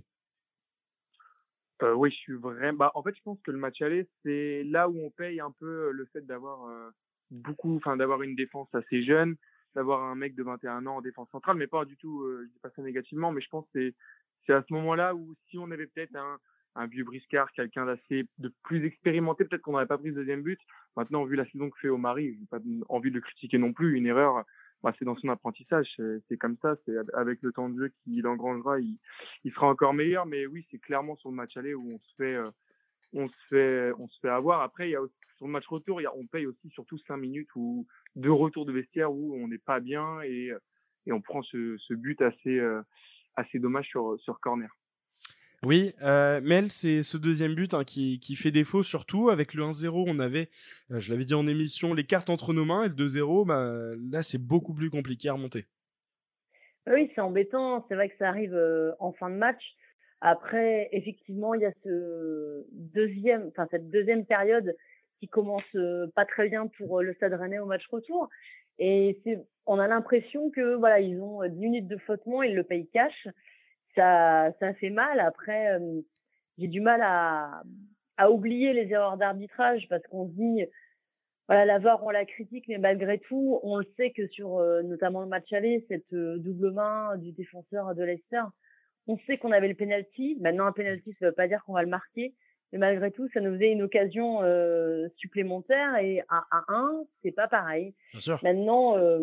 [SPEAKER 8] Euh, oui, je suis vraiment. Bah, en fait, je pense que le match aller, c'est là où on paye un peu le fait d'avoir euh, beaucoup, enfin, d'avoir une défense assez jeune, d'avoir un mec de vingt et un ans en défense centrale, mais pas du tout. Euh, je dis pas ça négativement, mais je pense que c'est c'est à ce moment-là où si on avait peut-être un un vieux briscard, quelqu'un d'assez de plus expérimenté, peut-être qu'on n'aurait pas pris le deuxième but. Maintenant, vu la saison que fait Omari, j'ai pas envie de le critiquer non plus. Une erreur, bah, c'est dans son apprentissage, c'est, c'est comme ça. C'est avec le temps de jeu qu'il engrangera, il, il sera encore meilleur. Mais oui, c'est clairement sur le match aller où on se fait, euh, on se fait, on se fait avoir. Après, il y a aussi, sur le match retour, il y a, on paye aussi surtout cinq minutes ou deux retours de vestiaire où on n'est pas bien et et on prend ce, ce but assez, euh, assez dommage sur sur corner.
[SPEAKER 4] Oui, euh, Mel, c'est ce deuxième but hein, qui, qui fait défaut, surtout avec le un zéro, on avait, euh, je l'avais dit en émission, les cartes entre nos mains, et le deux zéro, bah, là c'est beaucoup plus compliqué à remonter.
[SPEAKER 6] Oui, c'est embêtant, c'est vrai que ça arrive euh, en fin de match. Après, effectivement, il y a ce deuxième, enfin cette deuxième période qui commence euh, pas très bien pour euh, le Stade Rennais au match retour. Et c'est, on a l'impression que voilà, ils ont dix minutes de flottement, ils le payent cash. Ça, ça fait mal. Après, euh, j'ai du mal à, à oublier les erreurs d'arbitrage parce qu'on se dit, voilà, la V A R, on la critique, mais malgré tout, on le sait que sur euh, notamment le match aller, cette euh, double main du défenseur de Leicester, on sait qu'on avait le penalty. Maintenant, un penalty, ça veut pas dire qu'on va le marquer, mais malgré tout, ça nous faisait une occasion euh, supplémentaire et à un à un, c'est pas pareil.
[SPEAKER 4] Bien sûr.
[SPEAKER 6] Maintenant, euh,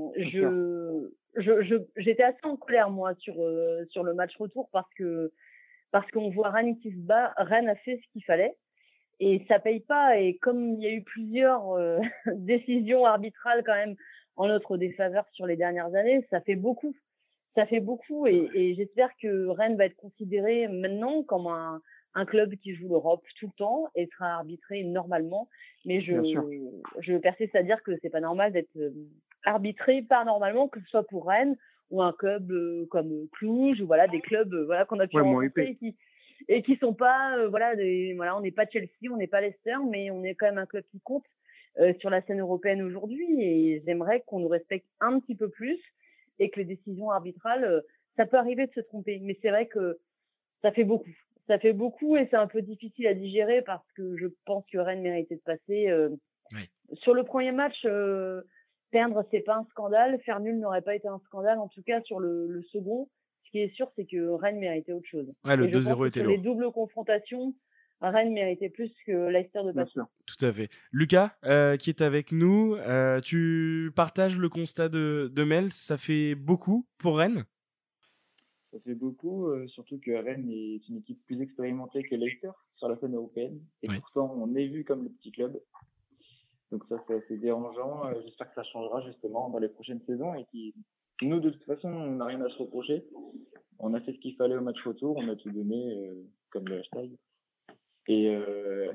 [SPEAKER 6] je, je, je, j'étais assez en colère moi sur euh, sur le match retour parce que parce qu'on voit Rennes qui se bat. Rennes a fait ce qu'il fallait et ça paye pas. Et comme il y a eu plusieurs euh, décisions arbitrales quand même en notre défaveur sur les dernières années, ça fait beaucoup. Ça fait beaucoup et, et j'espère que Rennes va être considéré maintenant comme un, un club qui joue l'Europe tout le temps et sera arbitré normalement. Mais je, je persiste à dire que c'est pas normal d'être arbitré pas normalement, que ce soit pour Rennes ou un club euh, comme Cluj ou voilà des clubs euh, voilà qu'on a pu
[SPEAKER 8] Ouais,
[SPEAKER 6] rencontrer et qui et qui sont pas euh, voilà des voilà on n'est pas Chelsea, on n'est pas Leicester, mais on est quand même un club qui compte euh, sur la scène européenne aujourd'hui et j'aimerais qu'on nous respecte un petit peu plus. Et que les décisions arbitrales, ça peut arriver de se tromper. Mais c'est vrai que ça fait beaucoup. Ça fait beaucoup et c'est un peu difficile à digérer parce que je pense que Rennes méritait de passer. Euh,
[SPEAKER 4] oui.
[SPEAKER 6] Sur le premier match, euh, perdre, c'est pas un scandale. Faire nul n'aurait pas été un scandale. En tout cas, sur le, le second, ce qui est sûr, c'est que Rennes méritait autre chose.
[SPEAKER 4] Ouais, le
[SPEAKER 6] et
[SPEAKER 4] deux zéro était
[SPEAKER 6] sur
[SPEAKER 4] lourd.
[SPEAKER 6] Les doubles confrontations, Rennes méritait plus que Leicester de passer.
[SPEAKER 4] Tout à fait. Lucas, euh, qui est avec nous, euh, tu partages le constat de, de Mel, ça fait beaucoup pour Rennes ?
[SPEAKER 7] Ça fait beaucoup, euh, surtout que Rennes est une équipe plus expérimentée que Leicester sur la scène européenne. Et
[SPEAKER 4] Oui.
[SPEAKER 7] pourtant, on est vu comme le petit club. Donc ça, c'est assez dérangeant. Euh, j'espère que ça changera justement dans les prochaines saisons. Et qui, nous, de toute façon, on n'a rien à se reprocher. On a fait ce qu'il fallait au match retour. On a tout donné, euh, comme le hashtag. Et, euh,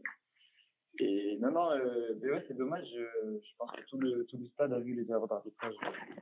[SPEAKER 7] et non, non, euh, mais ouais, c'est dommage. Je, je pense que tout le, tout le stade a vu les erreurs d'arbitrage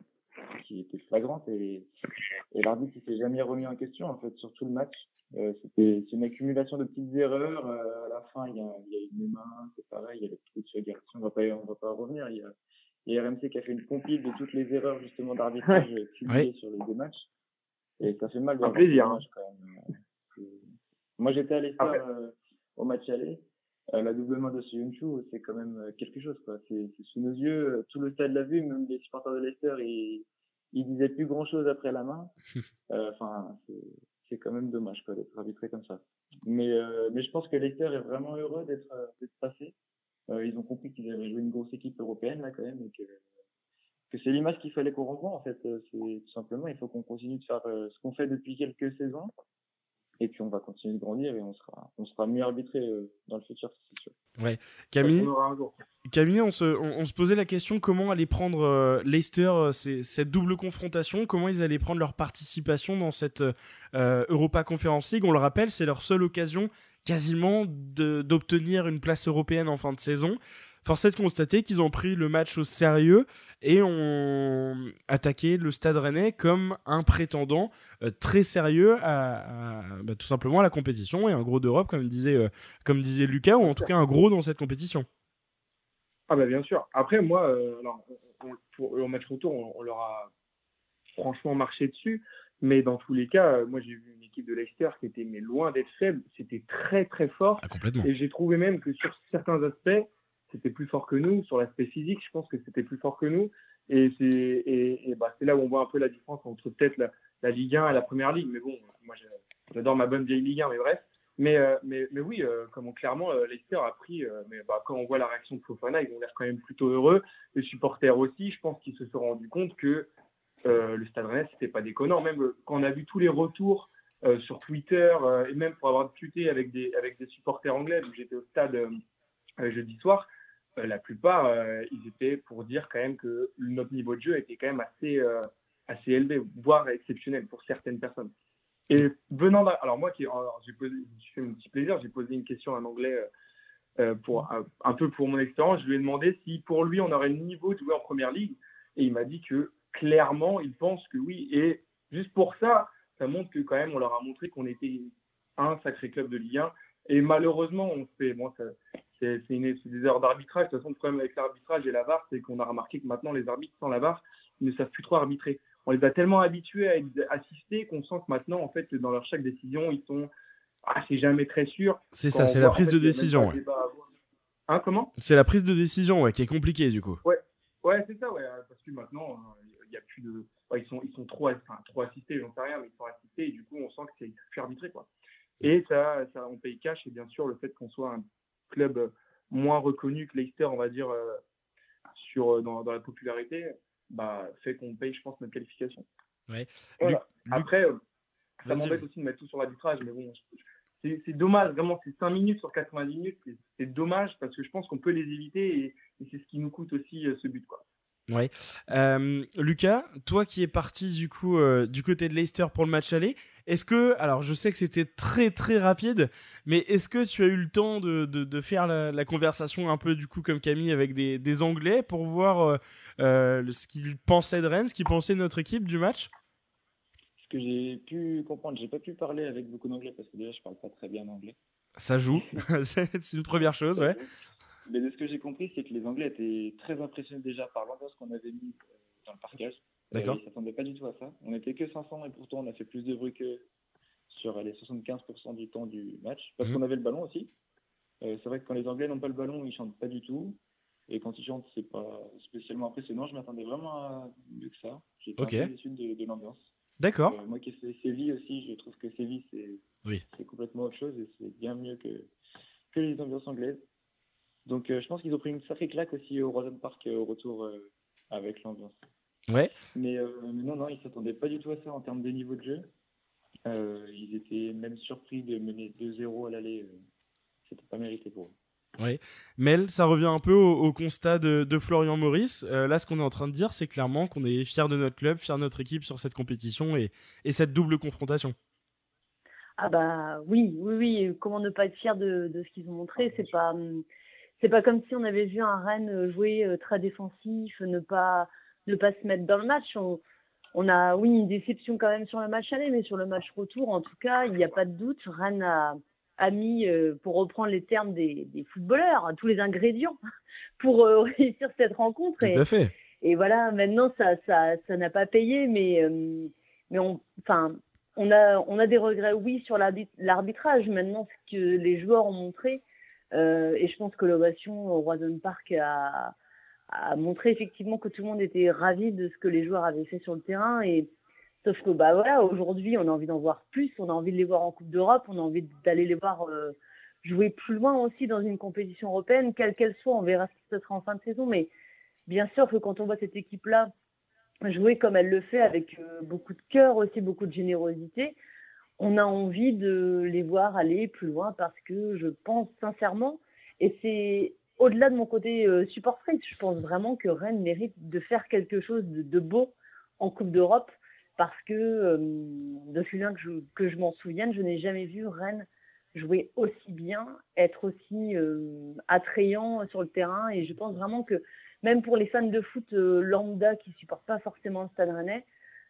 [SPEAKER 7] qui étaient flagrantes. Et, et l'arbitre, il s'est jamais remis en question, en fait, sur tout le match. Euh, c'était, c'est une accumulation de petites erreurs. Euh, à la fin, il y a, il y a une main, c'est pareil, il y a des petites figurations. On va pas, on va pas revenir. Il y a, il y a R M C qui a fait une compile de toutes les erreurs, justement, d'arbitrage ouais. publiées ouais. sur les deux matchs. Et ça fait mal.
[SPEAKER 8] Un plaisir. Hein.
[SPEAKER 7] Quand même. Euh, moi, j'étais à Leicester euh, au match aller. Euh, la double main de Söyüncü, c'est quand même quelque chose, quoi. C'est, c'est sous nos yeux. Tout le stade l'a vu, même les supporters de Leicester, ils, ils disaient plus grand chose après la main. Enfin, euh, c'est, c'est quand même dommage, quoi, d'être arbitré comme ça. Mais, euh, mais je pense que Leicester est vraiment heureux d'être, d'être passé. Euh, ils ont compris qu'ils avaient joué une grosse équipe européenne, là, quand même, et que, que c'est l'image qu'il fallait qu'on renvoie, en fait. C'est tout simplement, il faut qu'on continue de faire euh, ce qu'on fait depuis quelques saisons. Et puis on va continuer de grandir et on sera, on sera mieux arbitré euh, dans le futur, c'est sûr.
[SPEAKER 4] Ouais, Camille, on Camille, on se, on, on se posait la question comment allaient prendre euh, Leicester euh, ces, cette double confrontation, comment ils allaient prendre leur participation dans cette euh, Europa Conference League. On le rappelle, c'est leur seule occasion quasiment de, d'obtenir une place européenne en fin de saison. Force est de constater qu'ils ont pris le match au sérieux et ont attaqué le Stade Rennais comme un prétendant euh, très sérieux à, à bah, tout simplement à la compétition et un gros d'Europe, comme disait, euh, comme disait Lucas, ou en tout cas un gros dans cette compétition.
[SPEAKER 8] Ah bah bien sûr. Après, moi, euh, alors, on, on, pour, au match retour, on, on leur a franchement marché dessus. Mais dans tous les cas, euh, moi, j'ai vu une équipe de Leicester qui était mais loin d'être faible. C'était très, très fort.
[SPEAKER 4] Ah, complètement.
[SPEAKER 8] Et j'ai trouvé même que sur certains aspects, c'était plus fort que nous. Sur l'aspect physique, je pense que c'était plus fort que nous. Et c'est, et, et bah, c'est là où on voit un peu la différence entre peut-être la, la Ligue un et la Première Ligue. Mais bon, moi, j'adore ma bonne vieille Ligue un, mais bref. Mais, euh, mais, mais oui, euh, comment clairement, euh, Leicester a pris, euh, mais bah, quand on voit la réaction de Fofana, ils ont l'air quand même plutôt heureux. Les supporters aussi, je pense qu'ils se sont rendus compte que euh, le Stade Rennais, c'était pas déconnant. Même euh, quand on a vu tous les retours euh, sur Twitter, euh, et même pour avoir discuté avec des, avec des supporters anglais, où j'étais au stade euh, jeudi soir, euh, la plupart, euh, ils étaient pour dire quand même que notre niveau de jeu était quand même assez, euh, assez élevé, voire exceptionnel pour certaines personnes. Et venant d'un... Alors moi, qui, alors, j'ai, posé, j'ai fait mon petit plaisir, j'ai posé une question en anglais euh, pour, un, un peu pour mon expérience. Je lui ai demandé si pour lui, on aurait le niveau de jouer en Première Ligue. Et il m'a dit que clairement, il pense que oui. Et juste pour ça, ça montre que quand même, on leur a montré qu'on était un sacré club de Ligue un. Et malheureusement, on fait... Bon, ça, c'est, c'est, une, c'est des erreurs d'arbitrage. De toute façon, le problème avec l'arbitrage et la V A R, c'est qu'on a remarqué que maintenant, les arbitres sans la V A R, ils ne savent plus trop arbitrer. On les a tellement habitués à assister qu'on sent que maintenant, en fait, dans leur chaque décision, ils sont ah, c'est jamais très sûr.
[SPEAKER 4] C'est ça, c'est la prise de décision. Ouais.
[SPEAKER 8] Hein, comment ?
[SPEAKER 4] C'est la prise de décision, ouais, qui est compliquée du coup.
[SPEAKER 8] Ouais, ouais, c'est ça, ouais, parce que maintenant, il y a plus de, ouais, ils sont, ils sont trop, enfin, trop assistés, j'en sais rien, mais ils sont assistés et du coup, on sent que c'est plus arbitré, quoi. Et ça, ça, on paye cash et bien sûr le fait qu'on soit un club moins reconnu que Leicester, on va dire, euh, sur dans, dans la popularité. Bah, fait qu'on paye, je pense, notre qualification.
[SPEAKER 4] Ouais.
[SPEAKER 8] Voilà.
[SPEAKER 4] Luc,
[SPEAKER 8] Après, euh, ça
[SPEAKER 4] Luc...
[SPEAKER 8] m'embête aussi de mettre tout sur l'arbitrage, mais bon, c'est, c'est dommage, vraiment, c'est cinq minutes sur quatre-vingt-dix minutes, c'est, c'est dommage parce que je pense qu'on peut les éviter et, et c'est ce qui nous coûte aussi euh, ce but, quoi.
[SPEAKER 4] Ouais. Euh, Lucas, toi qui es parti du coup euh, du côté de Leicester pour le match aller, est-ce que, alors je sais que c'était très très rapide, mais est-ce que tu as eu le temps de, de, de faire la, la conversation un peu du coup comme Camille avec des, des Anglais pour voir euh, euh, ce qu'ils pensaient de Rennes, ce qu'ils pensaient de notre équipe du match ?
[SPEAKER 7] Ce que j'ai pu comprendre, j'ai pas pu parler avec beaucoup d'anglais parce que déjà je parle pas très bien anglais.
[SPEAKER 4] Ça joue, c'est une première chose, ouais.
[SPEAKER 7] Mais de ce que j'ai compris, c'est que les Anglais étaient très impressionnés déjà par l'ambiance qu'on avait mis dans le parquage.
[SPEAKER 4] D'accord.
[SPEAKER 7] Euh, ils ne s'attendaient pas du tout à ça. On n'était que cinq cents et pourtant on a fait plus de bruit que sur les soixante-quinze pour cent du temps du match. Parce mmh. qu'on avait le ballon aussi. Euh, c'est vrai que quand les Anglais n'ont pas le ballon, ils ne chantent pas du tout. Et quand ils chantent, c'est pas spécialement impressionnant. Je m'attendais vraiment à mieux que ça. J'étais okay. un peu déçu de, de l'ambiance.
[SPEAKER 4] D'accord.
[SPEAKER 7] Euh, moi qui ai fait Séville aussi, je trouve que Séville, c'est,
[SPEAKER 4] oui.
[SPEAKER 7] c'est complètement autre chose et c'est bien mieux que, que les ambiances anglaises. Donc, euh, je pense qu'ils ont pris une sacrée claque aussi au Roison Park euh, au retour euh, avec l'ambiance.
[SPEAKER 4] Ouais.
[SPEAKER 7] Mais, euh, mais non, non, ils ne s'attendaient pas du tout à ça en termes de niveau de jeu. Euh, ils étaient même surpris de mener deux zéro à l'aller. Euh, c'était pas mérité pour eux.
[SPEAKER 4] Oui. Mel, ça revient un peu au, au constat de, de Florian Maurice. Euh, là, ce qu'on est en train de dire, c'est clairement qu'on est fiers de notre club, fiers de notre équipe sur cette compétition et, et cette double confrontation.
[SPEAKER 6] Ah bah oui, oui, oui. Comment ne pas être fier de, de ce qu'ils ont montré? C'est pas, c'est pas comme si on avait vu un Rennes jouer très défensif, ne pas, ne pas se mettre dans le match. On, on a, oui, une déception quand même sur le match aller, mais sur le match retour, en tout cas, il n'y a pas de doute. Rennes a, a mis, euh, pour reprendre les termes des, des footballeurs, tous les ingrédients pour euh, réussir cette rencontre.
[SPEAKER 4] Tout
[SPEAKER 6] et,
[SPEAKER 4] à fait.
[SPEAKER 6] Et voilà, maintenant, ça, ça, ça n'a pas payé, mais, euh, mais on, enfin, on a, on a des regrets, oui, sur l'arbitrage. Maintenant, ce que les joueurs ont montré, euh, et je pense que l'ovation au Roison Park a, a montré effectivement que tout le monde était ravi de ce que les joueurs avaient fait sur le terrain. Et sauf que, bah voilà, aujourd'hui, on a envie d'en voir plus, on a envie de les voir en Coupe d'Europe, on a envie d'aller les voir euh, jouer plus loin aussi dans une compétition européenne, quelle qu'elle soit. On verra ce qui se sera en fin de saison, mais bien sûr que quand on voit cette équipe-là jouer comme elle le fait, avec euh, beaucoup de cœur aussi, beaucoup de générosité, on a envie de les voir aller plus loin parce que je pense sincèrement, et c'est au-delà de mon côté euh, supportrice, je pense vraiment que Rennes mérite de faire quelque chose de, de beau en Coupe d'Europe parce que euh, depuis bien que je, que je m'en souvienne, je n'ai jamais vu Rennes jouer aussi bien, être aussi euh, attrayant sur le terrain, et je pense vraiment que même pour les fans de foot euh, lambda qui supportent pas forcément le Stade Rennais,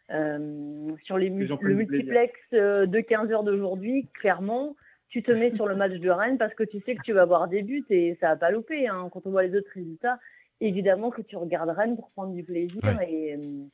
[SPEAKER 6] euh, sur les mu- le multiplex euh, de quinze heures d'aujourd'hui, clairement, tu te mets sur le match de Rennes parce que tu sais que tu vas avoir des buts et ça va pas louper. Hein. Quand on voit les autres résultats, évidemment que tu regardes Rennes pour prendre du plaisir. Ouais. Et,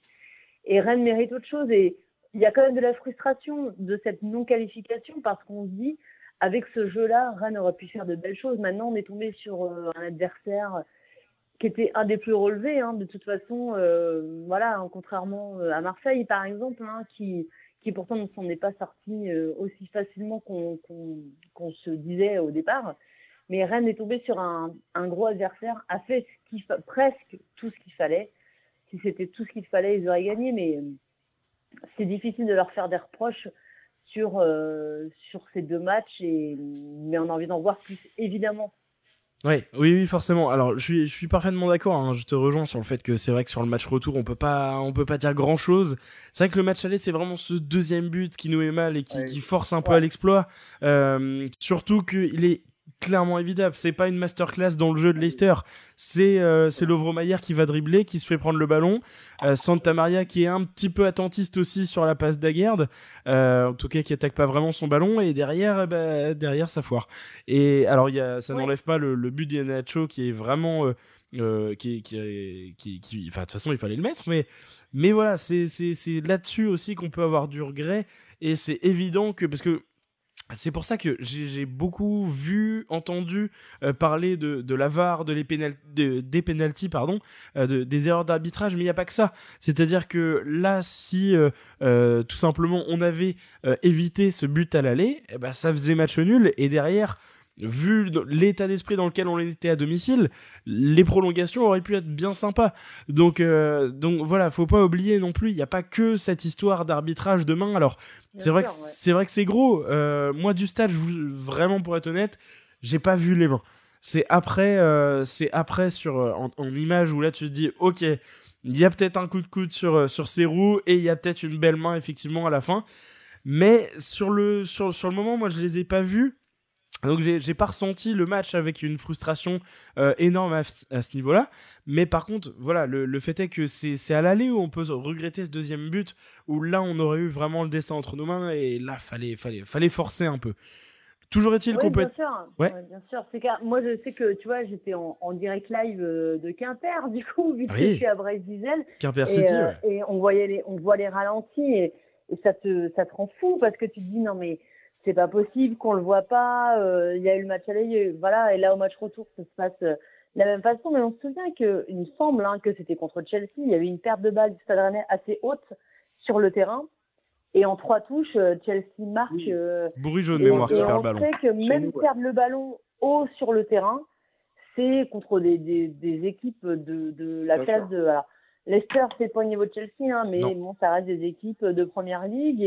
[SPEAKER 6] et Rennes mérite autre chose. Et il y a quand même de la frustration de cette non-qualification parce qu'on se dit, avec ce jeu-là, Rennes aurait pu faire de belles choses. Maintenant, on est tombé sur euh, un adversaire qui était un des plus relevés, hein, de toute façon, euh, voilà, hein, contrairement à Marseille, par exemple, hein, qui, qui pourtant ne s'en est pas sorti euh, aussi facilement qu'on, qu'on, qu'on se disait au départ. Mais Rennes est tombé sur un, un gros adversaire, a fait ce qu'il fa- presque tout ce qu'il fallait. Si c'était tout ce qu'il fallait, ils auraient gagné, mais euh, c'est difficile de leur faire des reproches sur, euh, sur ces deux matchs, et, mais on a envie d'en voir plus, évidemment.
[SPEAKER 4] Ouais, oui, oui, forcément. Alors, je suis, je suis parfaitement d'accord. Hein. Je te rejoins sur le fait que c'est vrai que sur le match retour, on peut pas, on peut pas dire grand chose. C'est vrai que le match aller, c'est vraiment ce deuxième but qui nous est mal et qui, ouais. qui force un peu ouais. à l'exploit. Euh, surtout qu'il est clairement évitable. C'est pas une masterclass dans le jeu de Leicester. C'est, euh, c'est Lovro Mayer qui va dribbler, qui se fait prendre le ballon. Euh, Santa Maria qui est un petit peu attentiste aussi sur la passe d'Aguerd. Euh, en tout cas, qui attaque pas vraiment son ballon. Et derrière, bah, derrière, ça foire. Et alors, il y a, ça ouais. n'enlève pas le, le but d'Iheanacho qui est vraiment, euh, euh, qui, qui, qui, qui, enfin, de toute façon, il fallait le mettre. Mais, mais voilà, c'est, c'est, c'est là-dessus aussi qu'on peut avoir du regret. Et c'est évident que, parce que, c'est pour ça que j'ai, j'ai beaucoup vu, entendu euh, parler de, de la V A R, de les pénal, de, des pénaltys, pardon, euh, de, des erreurs d'arbitrage, mais il n'y a pas que ça. C'est-à-dire que là, si euh, euh, tout simplement on avait euh, évité ce but à l'aller, eh ben, ça faisait match nul, et derrière, vu l'état d'esprit dans lequel on était à domicile, les prolongations auraient pu être bien sympas. Donc, euh, donc voilà, faut pas oublier non plus, il n'y a pas que cette histoire d'arbitrage demain. Alors, bien c'est, sûr, vrai que, ouais. c'est vrai que c'est gros. Euh, moi, du stade, je vous, vraiment pour être honnête, j'ai pas vu les mains. C'est après, euh, c'est après sur, en, en image où là tu te dis, ok, il y a peut-être un coup de coude sur, sur ses roues et il y a peut-être une belle main effectivement à la fin. Mais sur le, sur, sur le moment, moi, je les ai pas vus. Donc j'ai, j'ai pas ressenti le match avec une frustration euh, énorme à, à ce niveau-là, mais par contre voilà, le, le fait est que c'est, c'est à l'aller où on peut regretter ce deuxième but, où là on aurait eu vraiment le destin entre nos mains, et là fallait fallait fallait forcer un peu. Toujours est-il
[SPEAKER 6] oui,
[SPEAKER 4] qu'on peut
[SPEAKER 6] bien
[SPEAKER 4] être...
[SPEAKER 6] sûr.
[SPEAKER 4] Ouais.
[SPEAKER 6] Ouais, bien sûr. C'est car moi je sais que tu vois, j'étais en, en direct live de Quimper du coup, vu que
[SPEAKER 4] oui.
[SPEAKER 6] je suis à Brésil.
[SPEAKER 4] Quimper City.
[SPEAKER 6] Et, euh,
[SPEAKER 4] ouais.
[SPEAKER 6] et on voyait les, on voit les ralentis, et, et ça te ça te rend fou parce que tu te dis non mais c'est pas possible qu'on le voit pas. Il euh, y a eu le match aller, voilà, et là au match retour, ça se passe euh, de la même façon. Mais on se souvient que, il me semble, hein, que c'était contre Chelsea. Il y avait une perte de balle du Stade Rennais assez haute sur le terrain, et en trois touches, euh, Chelsea marque.
[SPEAKER 4] Oui.
[SPEAKER 6] Euh,
[SPEAKER 4] Bourigeau de mémoire qui perd le ballon.
[SPEAKER 6] Et on sait que même nous, perdre ouais. le ballon haut sur le terrain, c'est contre des, des, des équipes de, de la Bien classe sûr. de. Alors, Leicester, c'est pas au niveau de Chelsea, hein, mais non. bon, ça reste des équipes de première ligue, et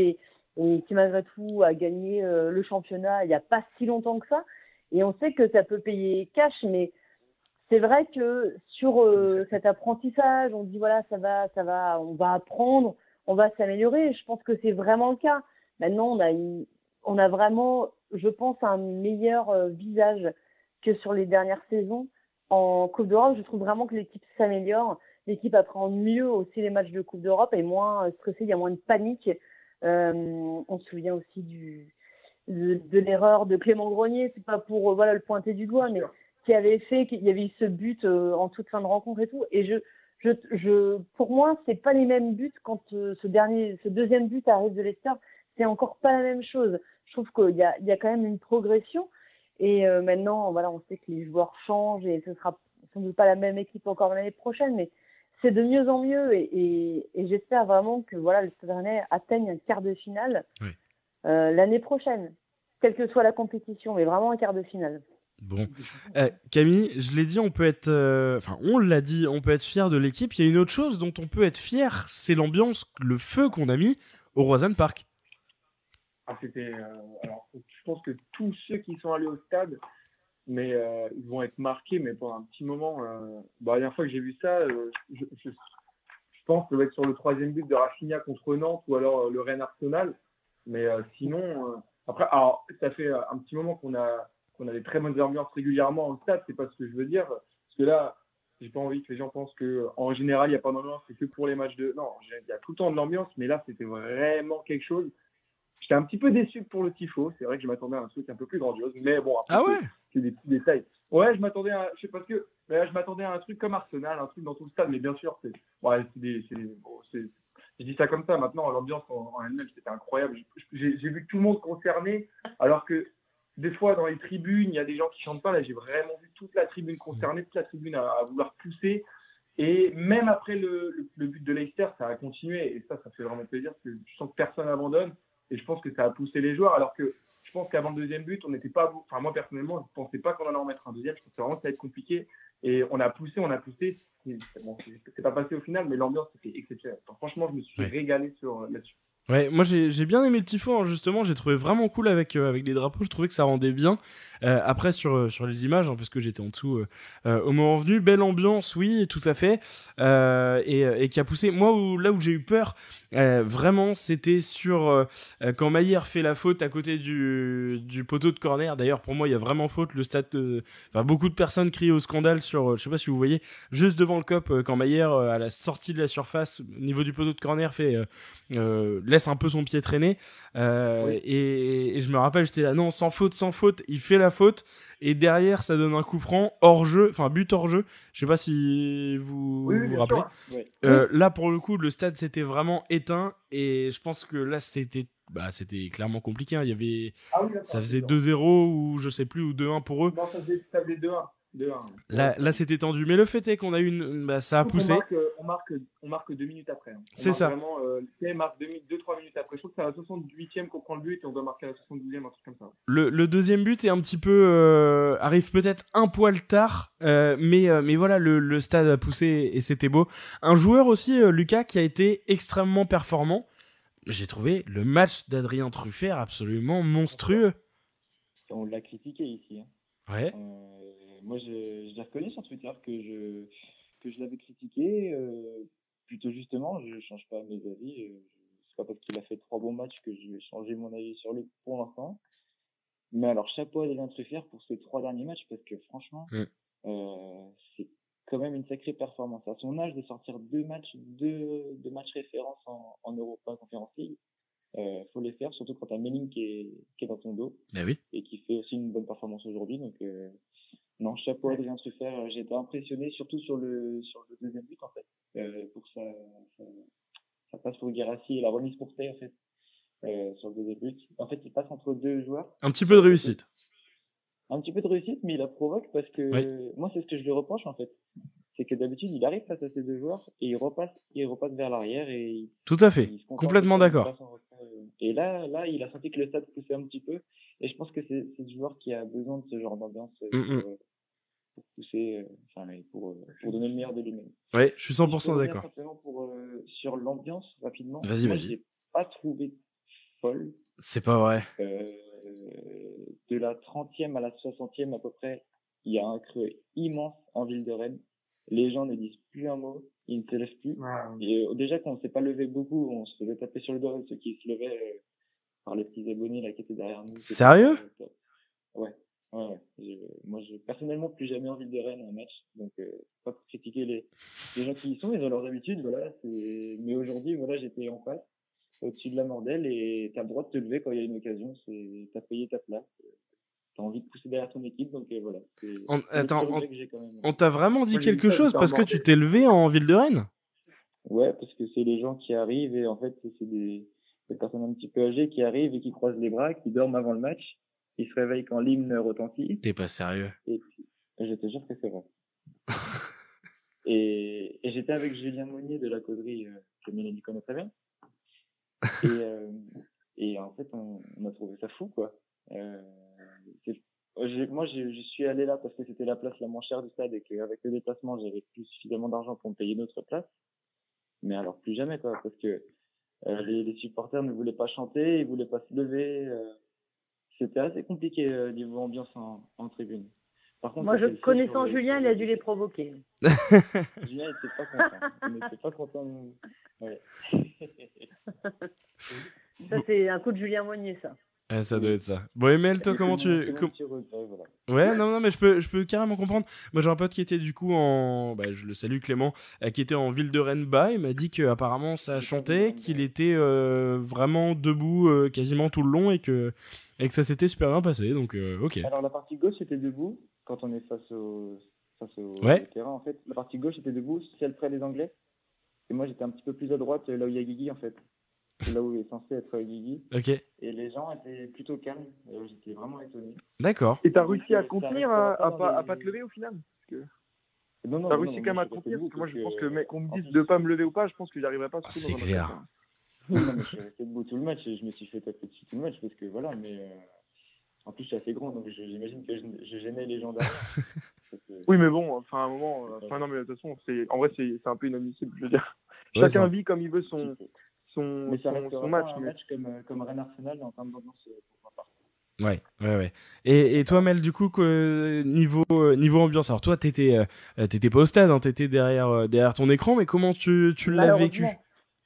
[SPEAKER 6] et qui malgré tout a gagné euh, le championnat il n'y a pas si longtemps que ça. Et on sait que ça peut payer cash, mais c'est vrai que sur euh, cet apprentissage, on dit voilà, ça va, ça va, on va apprendre, on va s'améliorer. Je pense que c'est vraiment le cas. Maintenant, on a, une, on a vraiment, je pense, un meilleur euh, visage que sur les dernières saisons. En Coupe d'Europe, je trouve vraiment que l'équipe s'améliore. L'équipe appréhende mieux aussi les matchs de Coupe d'Europe, est moins stressée, il y a moins de panique. Euh, on se souvient aussi du, de, de l'erreur de Clément Grenier, c'est pas pour euh, voilà, le pointer du doigt, mais qui avait fait qu'il y avait eu ce but euh, en toute fin de rencontre et tout. Et je, je, je, pour moi, c'est pas les mêmes buts quand euh, ce dernier, ce deuxième but arrive de Leicester. C'est encore pas la même chose. Je trouve qu'il y a, il y a quand même une progression. Et euh, maintenant, voilà, on sait que les joueurs changent et ce sera sans doute pas la même équipe encore l'année prochaine, mais c'est de mieux en mieux. Et, et, et j'espère vraiment que voilà, le Stade Rennais atteigne un quart de finale oui. euh, l'année prochaine, quelle que soit la compétition, mais vraiment un quart de finale.
[SPEAKER 4] Bon, euh, Camille, je l'ai dit, on peut être, enfin, euh, on l'a dit, on peut être fier de l'équipe. Il y a une autre chose dont on peut être fier, c'est l'ambiance, le feu qu'on a mis au Roazhon Park.
[SPEAKER 8] Ah, c'était, euh, alors, je pense que tous ceux qui sont allés au stade, mais euh, ils vont être marqués, mais pendant un petit moment. Euh, bah, la dernière fois que j'ai vu ça, euh, je, je, je pense que ça va être sur le troisième but de Rafinha contre Nantes ou alors euh, le Rennes Arsenal. Mais euh, sinon, euh, après, alors ça fait un petit moment qu'on a qu'on a des très bonnes ambiances régulièrement au stade, c'est pas ce que je veux dire, parce que là, j'ai pas envie que les gens pensent que en général il y a pas d'ambiance, c'est que pour les matchs de, non, il y a tout le temps de l'ambiance, mais là c'était vraiment quelque chose. J'étais un petit peu déçu pour le tifo, c'est vrai que je m'attendais à un truc un peu plus grandiose, mais bon, après
[SPEAKER 4] ah ouais
[SPEAKER 8] c'est, c'est des petits détails. Ouais, je m'attendais à, je sais pas ce que, mais là, je m'attendais à un truc comme Arsenal, un truc dans tout le stade, mais bien sûr c'est, ouais, c'est des, c'est, bon, c'est, je dis ça comme ça. Maintenant l'ambiance en, en elle-même c'était incroyable. J'ai, j'ai vu tout le monde concerné, alors que des fois, dans les tribunes, il y a des gens qui chantent pas. Là, j'ai vraiment vu toute la tribune concernée, toute la tribune à, à vouloir pousser. Et même après le, le, le but de Leicester, ça a continué. Et ça, ça fait vraiment plaisir parce que je sens que personne n'abandonne. Et je pense que ça a poussé les joueurs. Alors que je pense qu'avant le deuxième but, on n'était pas. Enfin, moi, personnellement, je ne pensais pas qu'on allait en mettre un deuxième. Je pensais vraiment que ça allait être compliqué. Et on a poussé, on a poussé. C'est, bon, c'est, c'est pas passé au final, mais l'ambiance, c'était exceptionnel. Donc, franchement, je me suis ouais. régalé sur, là-dessus.
[SPEAKER 4] Ouais, moi j'ai j'ai bien aimé le tifo, hein, justement, j'ai trouvé vraiment cool avec euh, avec les drapeaux, je trouvais que ça rendait bien. Euh, après sur sur les images, hein, parce que j'étais en dessous euh, euh, au moment venu, belle ambiance, oui, tout à fait, euh, et et qui a poussé. Moi où, là où j'ai eu peur, euh, vraiment, c'était sur euh, quand Maillère fait la faute à côté du du poteau de corner. D'ailleurs, pour moi, il y a vraiment faute. Le stade, euh, enfin beaucoup de personnes crient au scandale sur, euh, je sais pas si vous voyez, juste devant le cop euh, quand Maillère euh, à la sortie de la surface, au niveau du poteau de corner, fait euh, euh, laisse un peu son pied traîner euh, oui. et, et je me rappelle j'étais là non sans faute sans faute il fait la faute et derrière ça donne un coup franc hors jeu enfin but hors jeu je sais pas si vous
[SPEAKER 8] oui,
[SPEAKER 4] vous, vous rappelez
[SPEAKER 8] oui.
[SPEAKER 4] euh, là pour le coup le stade s'était vraiment éteint et je pense que là c'était bah c'était clairement compliqué hein. Il y avait ah oui, ça faisait deux zéro ou je sais plus ou deux un pour eux
[SPEAKER 8] non ça faisait, ça faisait deux un deux un.
[SPEAKER 4] Là, là c'était tendu, mais le fait est qu'on a eu une, bah, ça a poussé.
[SPEAKER 8] On marque, on marque, on marque deux minutes après. Hein.
[SPEAKER 4] C'est ça.
[SPEAKER 8] Vraiment, euh, le marque deux, deux, trois minutes après. Je trouve que c'est à la soixante-huitième qu'on prend le but et on doit marquer à la soixante-douzième, un truc comme ça.
[SPEAKER 4] Le, le deuxième but est un petit peu, euh, arrive peut-être un poil tard, euh, mais, euh, mais voilà, le, le stade a poussé et c'était beau. Un joueur aussi, euh, Lucas, qui a été extrêmement performant. J'ai trouvé le match d'Adrien Truffert absolument monstrueux.
[SPEAKER 7] On l'a critiqué ici. Hein.
[SPEAKER 4] Ouais.
[SPEAKER 7] Euh... Moi, je, je l'ai reconnu sur Twitter que je, que je l'avais critiqué. Euh, plutôt justement, je ne change pas mes avis. Euh, c'est pas parce qu'il a fait trois bons matchs que je vais changer mon avis sur lui pour l'instant. Mais alors, chapeau à Adrien Truffert pour ces trois derniers matchs parce que franchement, mm. euh, c'est quand même une sacrée performance. À son âge, de sortir deux matchs, deux, deux matchs référence en, en Europa Conference League, euh, faut les faire, surtout quand t'as Melling qui est, qui est dans ton dos.
[SPEAKER 4] Ben oui.
[SPEAKER 7] Et qui fait aussi une bonne performance aujourd'hui. Donc, euh, non, chapeau à Adrien Truffert, j'ai été impressionné, surtout sur le, sur le deuxième but, en fait, euh, pour que ça, ça, ça passe pour Guirassy et la remise pour Tay, en fait, euh, sur le deuxième but. En fait, il passe entre deux joueurs.
[SPEAKER 4] Un petit peu de réussite.
[SPEAKER 7] Un petit peu de réussite, mais il la provoque parce que, oui. Moi, c'est ce que je lui reproche, en fait. C'est que d'habitude, il arrive face à ces deux joueurs et il repasse, il repasse vers l'arrière et.
[SPEAKER 4] Tout à fait. Complètement d'accord.
[SPEAKER 7] Et là, là, il a senti que le stade poussait un petit peu. Et je pense que c'est, c'est le joueur qui a besoin de ce genre d'ambiance. Mm-hmm. Pour, pour pousser, enfin, pour, pour donner le meilleur de lui-même.
[SPEAKER 4] Ouais, je suis cent pour cent d'accord.
[SPEAKER 7] Simplement pour, euh, sur l'ambiance, rapidement.
[SPEAKER 4] Vas-y,
[SPEAKER 7] moi,
[SPEAKER 4] vas-y.
[SPEAKER 7] J'ai pas trouvé folle.
[SPEAKER 4] C'est pas vrai.
[SPEAKER 7] Euh, de la trentième à la soixantième à peu près, il y a un creux immense en ville de Rennes. Les gens ne disent plus un mot, ils ne se lèvent plus.
[SPEAKER 8] Ouais.
[SPEAKER 7] Et euh, déjà, quand on ne s'est pas levé beaucoup, on se faisait taper sur le dos, ceux qui se levaient euh, par les petits abonnés là, qui étaient derrière nous. C'était
[SPEAKER 4] Sérieux?
[SPEAKER 7] pas, euh, top. Ouais. Ouais, ouais. Je- moi, je, personnellement, plus jamais en ville de Rennes un match. Donc, euh, pas pour critiquer les, les gens qui y sont, ils ont leurs habitudes, voilà. c'est- Mais aujourd'hui, voilà, j'étais en face, au-dessus de la Mordelle, et t'as le droit de te lever quand il y a une occasion. C'est, t'as payé ta place. T'as envie de pousser derrière ton équipe, donc euh, voilà. C'est
[SPEAKER 4] On-
[SPEAKER 7] c'est le
[SPEAKER 4] Attends,
[SPEAKER 7] seul
[SPEAKER 4] on,
[SPEAKER 7] regret que j'ai quand même.
[SPEAKER 4] on t'a vraiment dit
[SPEAKER 8] Moi, j'ai vu
[SPEAKER 4] quelque
[SPEAKER 8] ça,
[SPEAKER 4] chose
[SPEAKER 8] j'étais en
[SPEAKER 4] parce que tu
[SPEAKER 8] bordel.
[SPEAKER 4] t'es levé en ville de Rennes?
[SPEAKER 7] Ouais, parce que c'est les gens qui arrivent, et en fait, c'est des, des personnes un petit peu âgées qui arrivent et qui croisent les bras, qui dorment avant le match, qui se réveillent quand l'hymne retentit.
[SPEAKER 4] T'es pas sérieux.
[SPEAKER 7] Et puis, je te jure que c'est vrai. Et, et j'étais avec Julien Monnier de la causerie euh, que Mélanie connaît très bien. Et, euh, et en fait, on, on a trouvé ça fou, quoi. Euh, c'est- j'ai- moi, je, je suis allé là parce que c'était la place la moins chère du stade et qu'avec le déplacement, j'avais plus suffisamment d'argent pour me payer une autre place. Mais alors, plus jamais, quoi, parce que euh, les, les supporters ne voulaient pas chanter, ils voulaient pas se lever. euh, c'était assez compliqué euh, niveau ambiance en, en tribune. Par contre,
[SPEAKER 6] Moi, je,
[SPEAKER 7] c'était le feu
[SPEAKER 6] connaissant
[SPEAKER 7] sur, le-
[SPEAKER 6] Julien,
[SPEAKER 7] sur
[SPEAKER 6] il a
[SPEAKER 7] le-
[SPEAKER 6] dû les provoquer.
[SPEAKER 7] Julien était pas content. Il n'était pas content de nous. Ouais.
[SPEAKER 6] Ça, c'est un coup de Julien Monnier, ça.
[SPEAKER 4] Ah, ça doit être ça. Bon, Emel, toi,
[SPEAKER 7] C'est
[SPEAKER 4] comment
[SPEAKER 7] mon-
[SPEAKER 4] tu.
[SPEAKER 7] c'est mon
[SPEAKER 4] com-
[SPEAKER 7] petit regret, voilà.
[SPEAKER 4] Ouais, non, non, mais je peux, je peux carrément comprendre. Moi, j'ai un pote qui était du coup en. Bah, je le salue, Clément, euh, qui était en ville de Rennes bas. Il m'a dit qu'apparemment ça chantait, qu'il était euh, vraiment debout euh, quasiment tout le long et que, et que ça s'était super bien passé. Donc, euh, ok.
[SPEAKER 7] Alors, la partie gauche était debout quand on est face au, face au,
[SPEAKER 4] Ouais.
[SPEAKER 7] au terrain. En fait, la partie gauche était debout, celle près des Anglais. Et moi, j'étais un petit peu plus à droite, là où il y a Guigui, en fait. C'est là où est censé être Guigui.
[SPEAKER 4] Ok.
[SPEAKER 7] Et les gens étaient plutôt calmes. Euh, J'étais vraiment étonné.
[SPEAKER 4] D'accord.
[SPEAKER 8] Et t'as réussi à
[SPEAKER 7] Ça
[SPEAKER 8] contenir,
[SPEAKER 7] restera
[SPEAKER 8] à,
[SPEAKER 7] pas
[SPEAKER 8] à
[SPEAKER 7] dans
[SPEAKER 8] pas,
[SPEAKER 7] les-
[SPEAKER 8] à pas te lever au final? Parce que
[SPEAKER 7] Non, non,
[SPEAKER 8] t'as
[SPEAKER 7] non,
[SPEAKER 8] réussi
[SPEAKER 7] non,
[SPEAKER 8] quand même
[SPEAKER 7] moi,
[SPEAKER 8] à
[SPEAKER 7] je suis
[SPEAKER 8] contenir,
[SPEAKER 7] resté
[SPEAKER 8] parce que moi je
[SPEAKER 7] debout
[SPEAKER 8] pense que
[SPEAKER 7] parce
[SPEAKER 8] mec, qu'on me
[SPEAKER 7] en
[SPEAKER 8] dise
[SPEAKER 7] plus-
[SPEAKER 8] de pas me lever ou pas, je pense que j'arriverais pas à
[SPEAKER 4] Ah,
[SPEAKER 8] surtout
[SPEAKER 4] c'est
[SPEAKER 8] dans un match
[SPEAKER 4] clair.
[SPEAKER 8] comme ça.
[SPEAKER 7] Oui, non, mais je suis resté debout tout le match et je me suis fait taper dessus tout le match parce que voilà, mais euh, en plus je suis assez grand donc je- j'imagine que je, je gênais les gens derrière. Parce que-
[SPEAKER 8] Oui, mais bon, enfin, à un moment, euh, enfin, non, mais de toute façon, c'est, en vrai, c'est, c'est un peu inadmissible, je veux dire.
[SPEAKER 4] Ouais,
[SPEAKER 8] Chacun
[SPEAKER 4] ça-
[SPEAKER 8] vit comme il veut son, son,
[SPEAKER 7] Mais ça
[SPEAKER 8] son,
[SPEAKER 7] restera
[SPEAKER 8] son
[SPEAKER 7] pas
[SPEAKER 8] match,
[SPEAKER 7] un
[SPEAKER 8] mais
[SPEAKER 7] match comme, euh, comme Rennes Arsenal en termes d'ambiance euh, pour ma part.
[SPEAKER 4] Ouais, ouais, ouais. Et, et toi, Mel, du coup, que, niveau, euh, niveau ambiance, alors toi, t'étais, euh, t'étais pas au stade, hein, t'étais derrière, euh, derrière ton écran, mais comment tu, tu l'as vécu?
[SPEAKER 6] Malheureusement.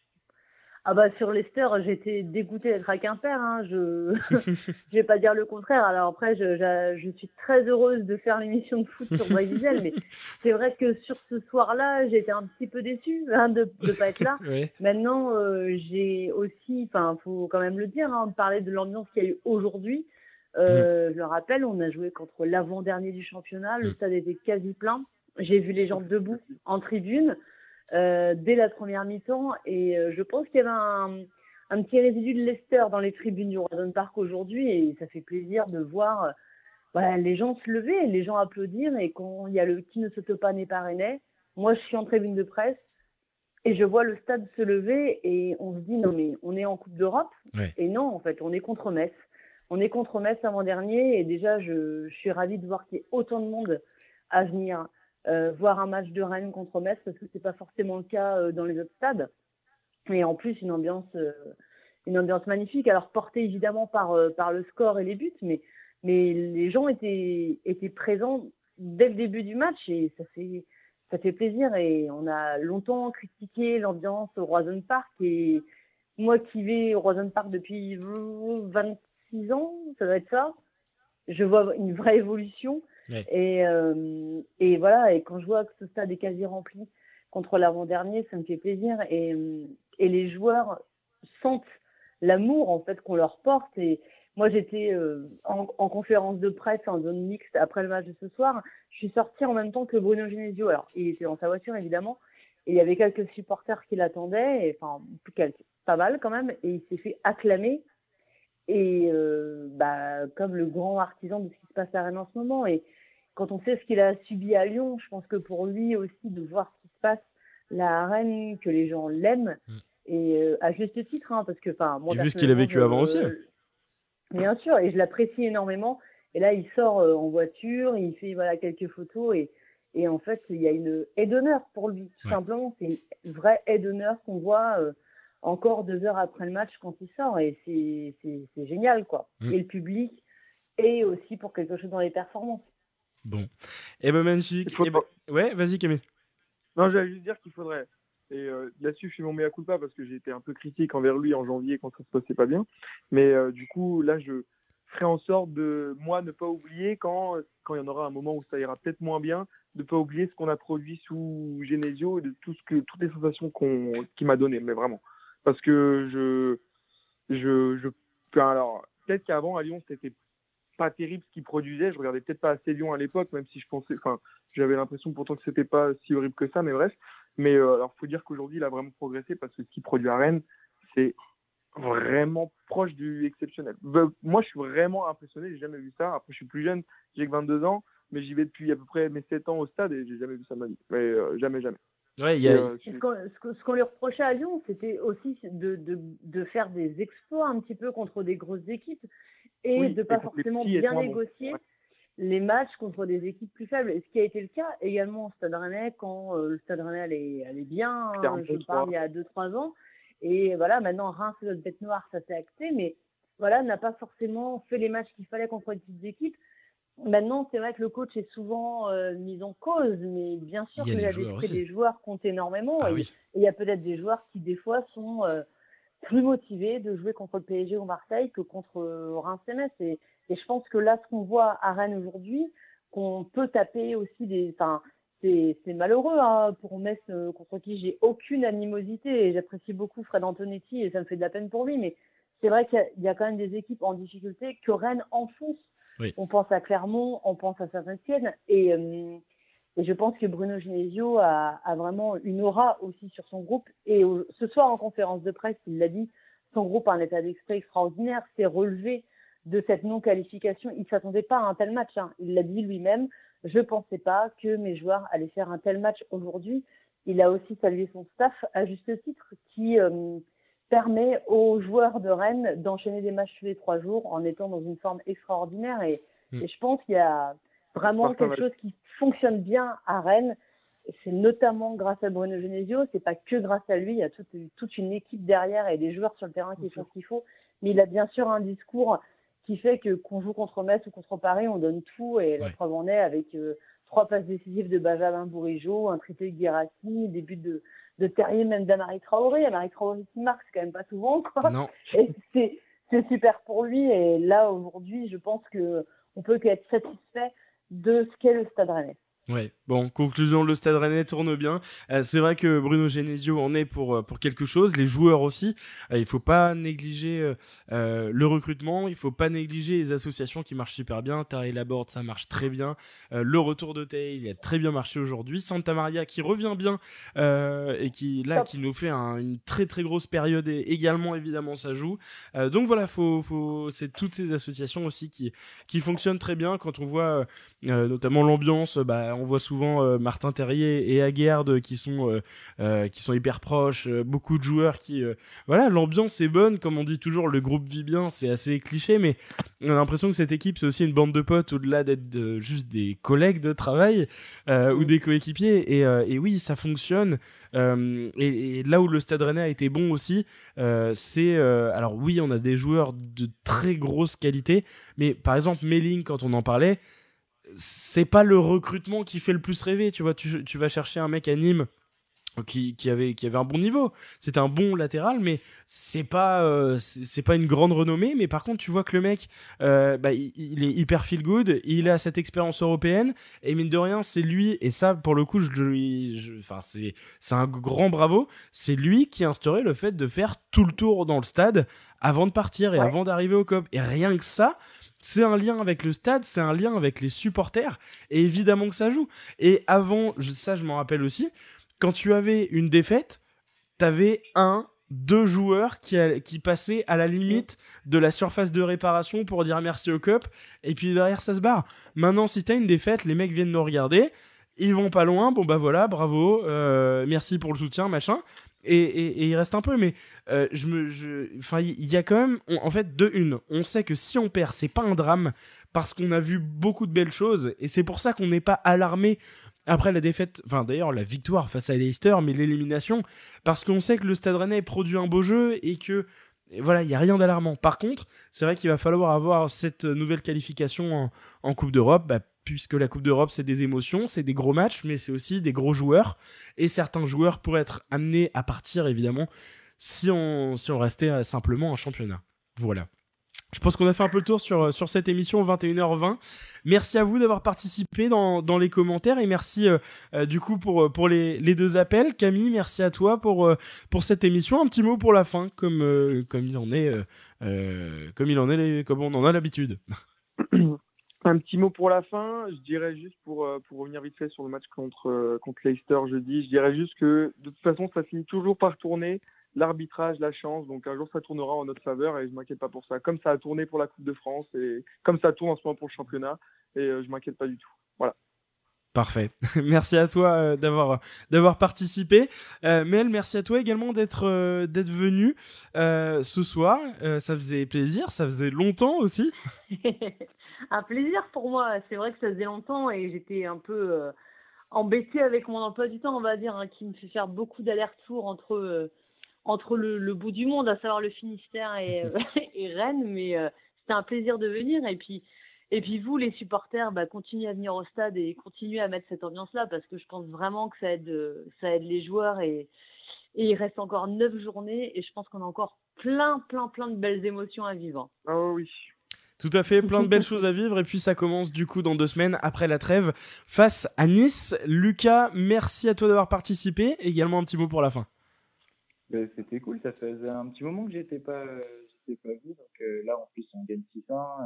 [SPEAKER 6] Ah bah sur Leicester, j'étais dégoûtée d'être à Quimper. Hein. Je je vais pas dire le contraire. Alors après, je, je, je suis très heureuse de faire l'émission de foot sur Brésil, mais c'est vrai que sur ce soir-là, j'étais un petit peu déçue hein, de ne pas être là.
[SPEAKER 4] Ouais.
[SPEAKER 6] Maintenant, euh, j'ai aussi, enfin, faut quand même le dire, hein, parler de l'ambiance qu'il y a eu aujourd'hui. Euh, Je le rappelle, on a joué contre l'avant-dernier du championnat. Le
[SPEAKER 4] Mm.
[SPEAKER 6] stade était quasi plein. J'ai vu les gens debout en tribune. Euh, dès la première mi-temps et euh, je pense qu'il y avait un, un petit résidu de Leicester dans les tribunes du Roison Park aujourd'hui et ça fait plaisir de voir euh, voilà, les gens se lever, les gens applaudir et quand il y a le qui ne saute pas n'est pas rennais, moi je suis en tribune de presse et je vois le stade se lever et on se dit non mais on est en Coupe d'Europe
[SPEAKER 4] Ouais.
[SPEAKER 6] et non en fait on est contre Metz. On est contre Metz avant-dernier et déjà je, je suis ravie de voir qu'il y ait autant de monde à venir Euh, voir un match de Rennes contre Metz parce que c'est pas forcément le cas euh, dans les autres stades et en plus une ambiance euh, une ambiance magnifique alors portée évidemment par euh, par le score et les buts mais mais les gens étaient étaient présents dès le début du match et ça fait ça fait plaisir et on a longtemps critiqué l'ambiance au Roison Park et moi qui vais au Roison Park depuis vingt-six ans ça doit être ça je vois une vraie évolution.
[SPEAKER 4] Ouais.
[SPEAKER 6] Et, euh, et voilà, et quand je vois que ce stade est quasi rempli contre l'avant-dernier, ça me fait plaisir. Et, et les joueurs sentent l'amour en fait qu'on leur porte. Et moi, j'étais euh, en, en conférence de presse en zone mixte après le match de ce soir. Je suis sortie en même temps que Bruno Genesio. Alors, il était dans sa voiture évidemment. Et il y avait quelques supporters qui l'attendaient, et, enfin, quelques, pas mal quand même. Et il s'est fait acclamer. Et euh, bah, comme le grand artisan de ce qui se passe à Rennes en ce moment. Et quand on sait ce qu'il a subi à Lyon, je pense que pour lui aussi, de voir ce qui se passe là à Rennes, que les gens l'aiment, mm. et euh, à juste titre, hein, parce que enfin, moi,
[SPEAKER 4] et vu ce qu'il a vécu
[SPEAKER 6] je,
[SPEAKER 4] avant aussi.
[SPEAKER 6] Euh, bien sûr, et je l'apprécie énormément. Et là, il sort euh, en voiture, il fait voilà, quelques photos, et, et en fait, il y a une haie d'honneur pour lui, tout
[SPEAKER 4] ouais.
[SPEAKER 6] simplement. C'est une vraie haie d'honneur qu'on voit... Euh, encore deux heures après le match quand il sort. Et c'est, c'est, c'est génial, quoi.
[SPEAKER 4] Mm.
[SPEAKER 6] Et le public, et aussi pour quelque chose dans les performances.
[SPEAKER 4] Bon. Eh ben, magnifique.
[SPEAKER 8] Il faut
[SPEAKER 4] Eh ben...
[SPEAKER 8] pas-
[SPEAKER 4] Ouais, vas-y, Camille.
[SPEAKER 8] Non, j'allais juste dire qu'il faudrait. Et euh, là-dessus, je suis mon mea culpa parce que j'ai été un peu critique envers lui en janvier quand ça se passait pas bien. Mais euh, du coup, là, je ferai en sorte de, moi, ne pas oublier quand quand il y en aura un moment où ça ira peut-être moins bien, de pas oublier ce qu'on a produit sous Genesio et de tout ce que, toutes les sensations qu'on, qu'il m'a donné, mais vraiment. Parce que je, je, je, enfin, alors, peut-être qu'avant, à Lyon, c'était pas terrible ce qu'il produisait. Je regardais peut-être pas assez Lyon à l'époque, même si je pensais, enfin, j'avais l'impression pourtant que c'était pas si horrible que ça, mais bref. Mais euh, alors, faut dire qu'aujourd'hui, il a vraiment progressé parce que ce qu'il produit à Rennes, c'est vraiment proche du exceptionnel. Ben, moi, je suis vraiment impressionné. J'ai jamais vu ça. Après, je suis plus jeune, j'ai que vingt-deux ans, mais j'y vais depuis à peu près mes sept ans au stade et j'ai jamais vu ça de ma vie. Mais euh, jamais, jamais.
[SPEAKER 4] Ouais, il y
[SPEAKER 8] Et,
[SPEAKER 4] a...
[SPEAKER 8] euh,
[SPEAKER 6] Ce qu'on, ce que- ce qu'on lui reprochait à Lyon, c'était aussi de, de, de faire des exploits un petit peu contre des grosses équipes et
[SPEAKER 8] Oui,
[SPEAKER 6] de
[SPEAKER 8] et
[SPEAKER 6] pas
[SPEAKER 8] contre les
[SPEAKER 6] forcément
[SPEAKER 8] petits et
[SPEAKER 6] bien
[SPEAKER 8] moins bons.
[SPEAKER 6] négocier
[SPEAKER 8] Ouais.
[SPEAKER 6] les matchs contre des équipes plus faibles. Et ce qui a été le cas également au Stade Rennais quand euh, le Stade Rennais allait, allait bien,
[SPEAKER 8] C'était un
[SPEAKER 6] hein,
[SPEAKER 8] bon
[SPEAKER 6] je parle
[SPEAKER 8] sport.
[SPEAKER 6] il y a deux trois ans. Et voilà, maintenant Reims c'est notre bête noire, ça s'est acté, mais voilà, n'a pas forcément fait les matchs qu'il fallait contre les petites équipes. Maintenant, c'est vrai que le coach est souvent euh, mis en cause, mais bien sûr
[SPEAKER 4] Il y a
[SPEAKER 6] que
[SPEAKER 4] les
[SPEAKER 6] l'état
[SPEAKER 4] joueurs
[SPEAKER 6] d'esprit
[SPEAKER 4] aussi.
[SPEAKER 6] des joueurs compte énormément.
[SPEAKER 4] Ah
[SPEAKER 6] et
[SPEAKER 4] oui.
[SPEAKER 6] et il y a peut-être des joueurs qui, des fois, sont euh, plus motivés de jouer contre le P S G ou Marseille que contre euh, Reims-M S. Et, et je pense que là, ce qu'on voit à Rennes aujourd'hui, qu'on peut taper aussi des... Enfin, c'est, c'est malheureux hein, pour Metz, euh, contre qui j'ai aucune animosité. Et j'apprécie beaucoup Fred Antonetti et ça me fait de la peine pour lui. Mais c'est vrai qu'il y a, il y a quand même des équipes en difficulté que Rennes enfonce.
[SPEAKER 4] Oui.
[SPEAKER 6] On pense à Clermont, on pense à Saint-Etienne. Et... Euh, Et je pense que Bruno Genesio a, a vraiment une aura aussi sur son groupe. Et au, ce soir, en conférence de presse, il l'a dit, son groupe a un état d'esprit extraordinaire, s'est relevé de cette non-qualification. Il ne s'attendait pas à un tel match. Hein. Il l'a dit lui-même, je ne pensais pas que mes joueurs allaient faire un tel match aujourd'hui. Il a aussi salué son staff, à juste titre, qui euh, permet aux joueurs de Rennes d'enchaîner des matchs tous les trois jours en étant dans une forme extraordinaire. Et,
[SPEAKER 4] Mm.
[SPEAKER 6] et je pense qu'il y a vraiment
[SPEAKER 8] Parfait.
[SPEAKER 6] quelque chose qui fonctionne bien à Rennes. Et c'est notamment grâce à Bruno Genesio, c'est pas que grâce à lui, il y a toute, toute une équipe derrière et des joueurs sur le terrain qui font ce qu'il faut. Mais il a bien sûr un discours qui fait que qu'on joue contre Metz ou contre Paris, on donne tout et la
[SPEAKER 4] Ouais.
[SPEAKER 6] preuve en est avec euh, trois passes décisives de Benjamin Bourigeaud, un triplé de Guirassy, des buts de, de Terrier, même d'Amari Traoré. Amari Traoré qui marque, c'est quand même pas souvent, quoi.
[SPEAKER 4] Non.
[SPEAKER 6] Et c'est, c'est super pour lui. Et là, aujourd'hui, je pense que on peut qu'être satisfait de ce qu'est le Stade Rennais.
[SPEAKER 4] Ouais, bon, conclusion, le Stade Rennais tourne bien. Euh, c'est vrai que Bruno Genesio en est pour euh, pour quelque chose, les joueurs aussi. Euh, il faut pas négliger euh, euh, le recrutement, il faut pas négliger les associations qui marchent super bien. Taré Laborde, ça marche très bien. Euh, le retour de Tay, il a très bien marché aujourd'hui. Santa Maria qui revient bien euh, et qui là
[SPEAKER 6] Top.
[SPEAKER 4] qui nous fait un, une très très grosse période et également évidemment ça joue. Euh, donc voilà, faut faut c'est toutes ces associations aussi qui qui fonctionnent très bien quand on voit euh, notamment l'ambiance. Bah on voit souvent euh, Martin Terrier et Aguerd qui sont euh, euh, qui sont hyper proches, euh, beaucoup de joueurs qui euh, voilà, l'ambiance est bonne, comme on dit toujours, le groupe vit bien, c'est assez cliché, mais on a l'impression que cette équipe c'est aussi une bande de potes au-delà d'être de, juste des collègues de travail euh, ou des coéquipiers et, euh, et oui ça fonctionne. Euh, et, et là où le Stade Rennais a été bon aussi, euh, c'est euh, alors oui on a des joueurs de très grosse qualité, mais par exemple Melling, quand on en parlait, c'est pas le recrutement qui fait le plus rêver, tu vois. Tu, tu vas chercher un mec à Nîmes qui, qui avait qui avait un bon niveau, c'était un bon latéral, mais c'est pas euh, c'est, c'est pas une grande renommée. Mais par contre tu vois que le mec euh, bah, il, il est hyper feel good, il a cette expérience européenne et mine de rien c'est lui, et ça pour le coup je lui je, enfin c'est c'est un grand bravo, c'est lui qui a instauré le fait de faire tout le tour dans le stade avant de partir et
[SPEAKER 6] Ouais.
[SPEAKER 4] avant d'arriver au C O P, et rien que ça c'est un lien avec le stade, c'est un lien avec les supporters, et évidemment que ça joue. Et avant, je, ça je m'en rappelle aussi, quand tu avais une défaite, t'avais un, deux joueurs qui, a, qui passaient à la limite de la surface de réparation pour dire merci au C O P, et puis derrière ça se barre. Maintenant, si t'as une défaite, les mecs viennent nous regarder, ils vont pas loin, bon bah voilà, bravo, euh, merci pour le soutien, machin. Et, et, et il reste un peu, mais euh, je me, je, enfin, il y a quand même, on- en fait, de une, on sait que si on perd, c'est pas un drame parce qu'on a vu beaucoup de belles choses, et c'est pour ça qu'on n'est pas alarmé après la défaite, enfin d'ailleurs la victoire face à Leicester, mais l'élimination, parce qu'on sait que le Stade Rennais produit un beau jeu et que et voilà, il n'y a rien d'alarmant. Par contre, c'est vrai qu'il va falloir avoir cette nouvelle qualification en, en Coupe d'Europe, bah, puisque la Coupe d'Europe, c'est des émotions, c'est des gros matchs, mais c'est aussi des gros joueurs. Et certains joueurs pourraient être amenés à partir, évidemment, si on, si on restait simplement en championnat. Voilà. Je pense qu'on a fait un peu le tour sur, sur cette émission vingt et une heures vingt. Merci à vous d'avoir participé dans, dans les commentaires et merci euh, euh, du coup pour, pour les, les deux appels. Camille, merci à toi pour, euh, pour cette émission. Un petit mot pour la fin, comme, euh, comme il en est, euh, euh, comme il en est, comme on en a l'habitude.
[SPEAKER 8] Un petit mot pour la fin, je dirais juste pour, euh, pour revenir vite fait sur le match contre, euh, contre Leicester jeudi, je dirais juste que de toute façon ça finit toujours par tourner. L'arbitrage, la chance, donc un jour ça tournera en notre faveur et je m'inquiète pas pour ça. Comme ça a tourné pour la Coupe de France et comme ça tourne en ce moment pour le championnat et euh, je m'inquiète pas du tout. Voilà.
[SPEAKER 4] Parfait. Merci à toi euh, d'avoir d'avoir participé. Euh, Mel, merci à toi également d'être euh, d'être venu euh, ce soir. Euh, ça faisait plaisir, ça faisait longtemps aussi.
[SPEAKER 6] Un plaisir pour moi. C'est vrai que ça faisait longtemps et j'étais un peu euh, embêtée avec mon emploi du temps, on va dire, hein, qui me fait faire beaucoup d'allers-retours entre euh, entre le, le bout du monde, à savoir le Finistère et, euh, et Rennes, mais euh, c'était un plaisir de venir. Et puis, et puis vous, les supporters, bah, continuez à venir au stade et continuez à mettre cette ambiance-là, parce que je pense vraiment que ça aide, ça aide les joueurs. Et, et il reste encore neuf journées, et je pense qu'on a encore plein, plein, plein de belles émotions à vivre.
[SPEAKER 8] Oh oui.
[SPEAKER 4] Tout à fait, plein de belles choses à vivre, et puis ça commence du coup dans deux semaines, après la trêve, face à Nice. Lucas, merci à toi d'avoir participé, également un petit mot pour la fin.
[SPEAKER 7] Ben, c'était cool, ça faisait un petit moment que j'étais pas, euh, j'étais pas vu, donc euh, là en plus on gagne six un, euh,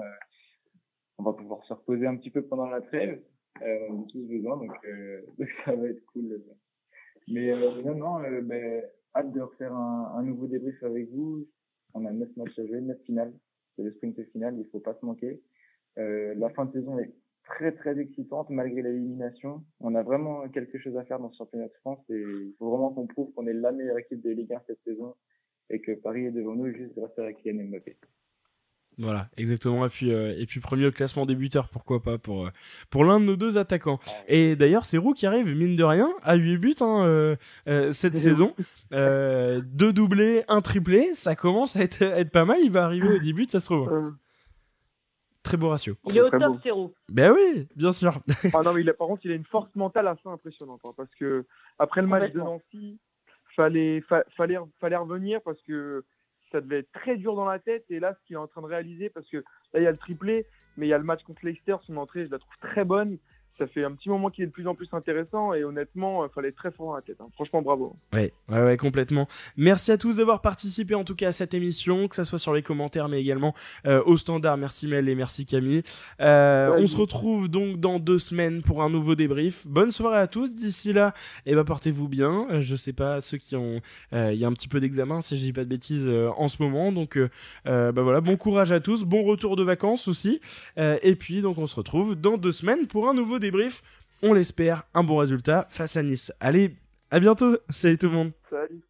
[SPEAKER 7] on va pouvoir se reposer un petit peu pendant la trêve, euh, on a tous besoin, donc, euh, donc ça va être cool. Mais euh, non, non, euh, ben, hâte de refaire un, un nouveau débrief avec vous. On a neuf matchs à jouer, neuf finales, c'est le sprint final, il faut pas se manquer. Euh, la fin de saison est très très excitante malgré l'élimination. On a vraiment quelque chose à faire dans ce championnat de France et il faut vraiment qu'on prouve qu'on est la meilleure équipe de Ligue un cette saison et que Paris est devant nous juste grâce à Kylian Mbappé.
[SPEAKER 4] Voilà, exactement. Et puis, euh, et puis premier au classement des buteurs, pourquoi pas, pour, euh, pour l'un de nos deux attaquants. Et d'ailleurs, c'est Roux qui arrive, mine de rien, à huit buts hein, euh, euh, cette saison. Euh, deux doublés, un triplé, ça commence à être, à être pas mal. Il va arriver aux dix buts, ça se trouve.
[SPEAKER 8] Euh,
[SPEAKER 4] Très beau ratio.
[SPEAKER 6] Il est au
[SPEAKER 8] Très
[SPEAKER 6] top,
[SPEAKER 8] beau.
[SPEAKER 6] Céro.
[SPEAKER 4] Ben oui, bien sûr.
[SPEAKER 8] Ah non, mais il a, par contre, il a une force mentale assez impressionnante. Hein, parce que après le match de Nancy, fallait, fa- fallait, fallait revenir parce que ça devait être très dur dans la tête. Et là, ce qu'il est en train de réaliser, parce que là, il y a le triplé, mais il y a le match contre Leicester, son entrée, je la trouve très bonne. Ça fait un petit moment qu'il est de plus en plus intéressant et honnêtement, il fallait être très fort dans la tête. Hein. Franchement, bravo.
[SPEAKER 4] Ouais, ouais, ouais, complètement. Merci à tous d'avoir participé en tout cas à cette émission, que ça soit sur les commentaires, mais également euh, au standard. Merci Mel et merci Camille. Euh,
[SPEAKER 8] Ouais,
[SPEAKER 4] on se retrouve donc dans deux semaines pour un nouveau débrief. Bonne soirée à tous. D'ici là, eh ben portez-vous bien. Euh, je sais pas ceux qui ont, il euh, y a un petit peu d'examen, si je dis pas de bêtises euh, en ce moment. Donc, euh, euh, bah voilà, bon courage à tous, bon retour de vacances aussi. Euh, et puis donc on se retrouve dans deux semaines pour un nouveau débrief. On l'espère, un bon résultat face à Nice. Allez, à bientôt. Salut tout le monde.
[SPEAKER 8] Salut.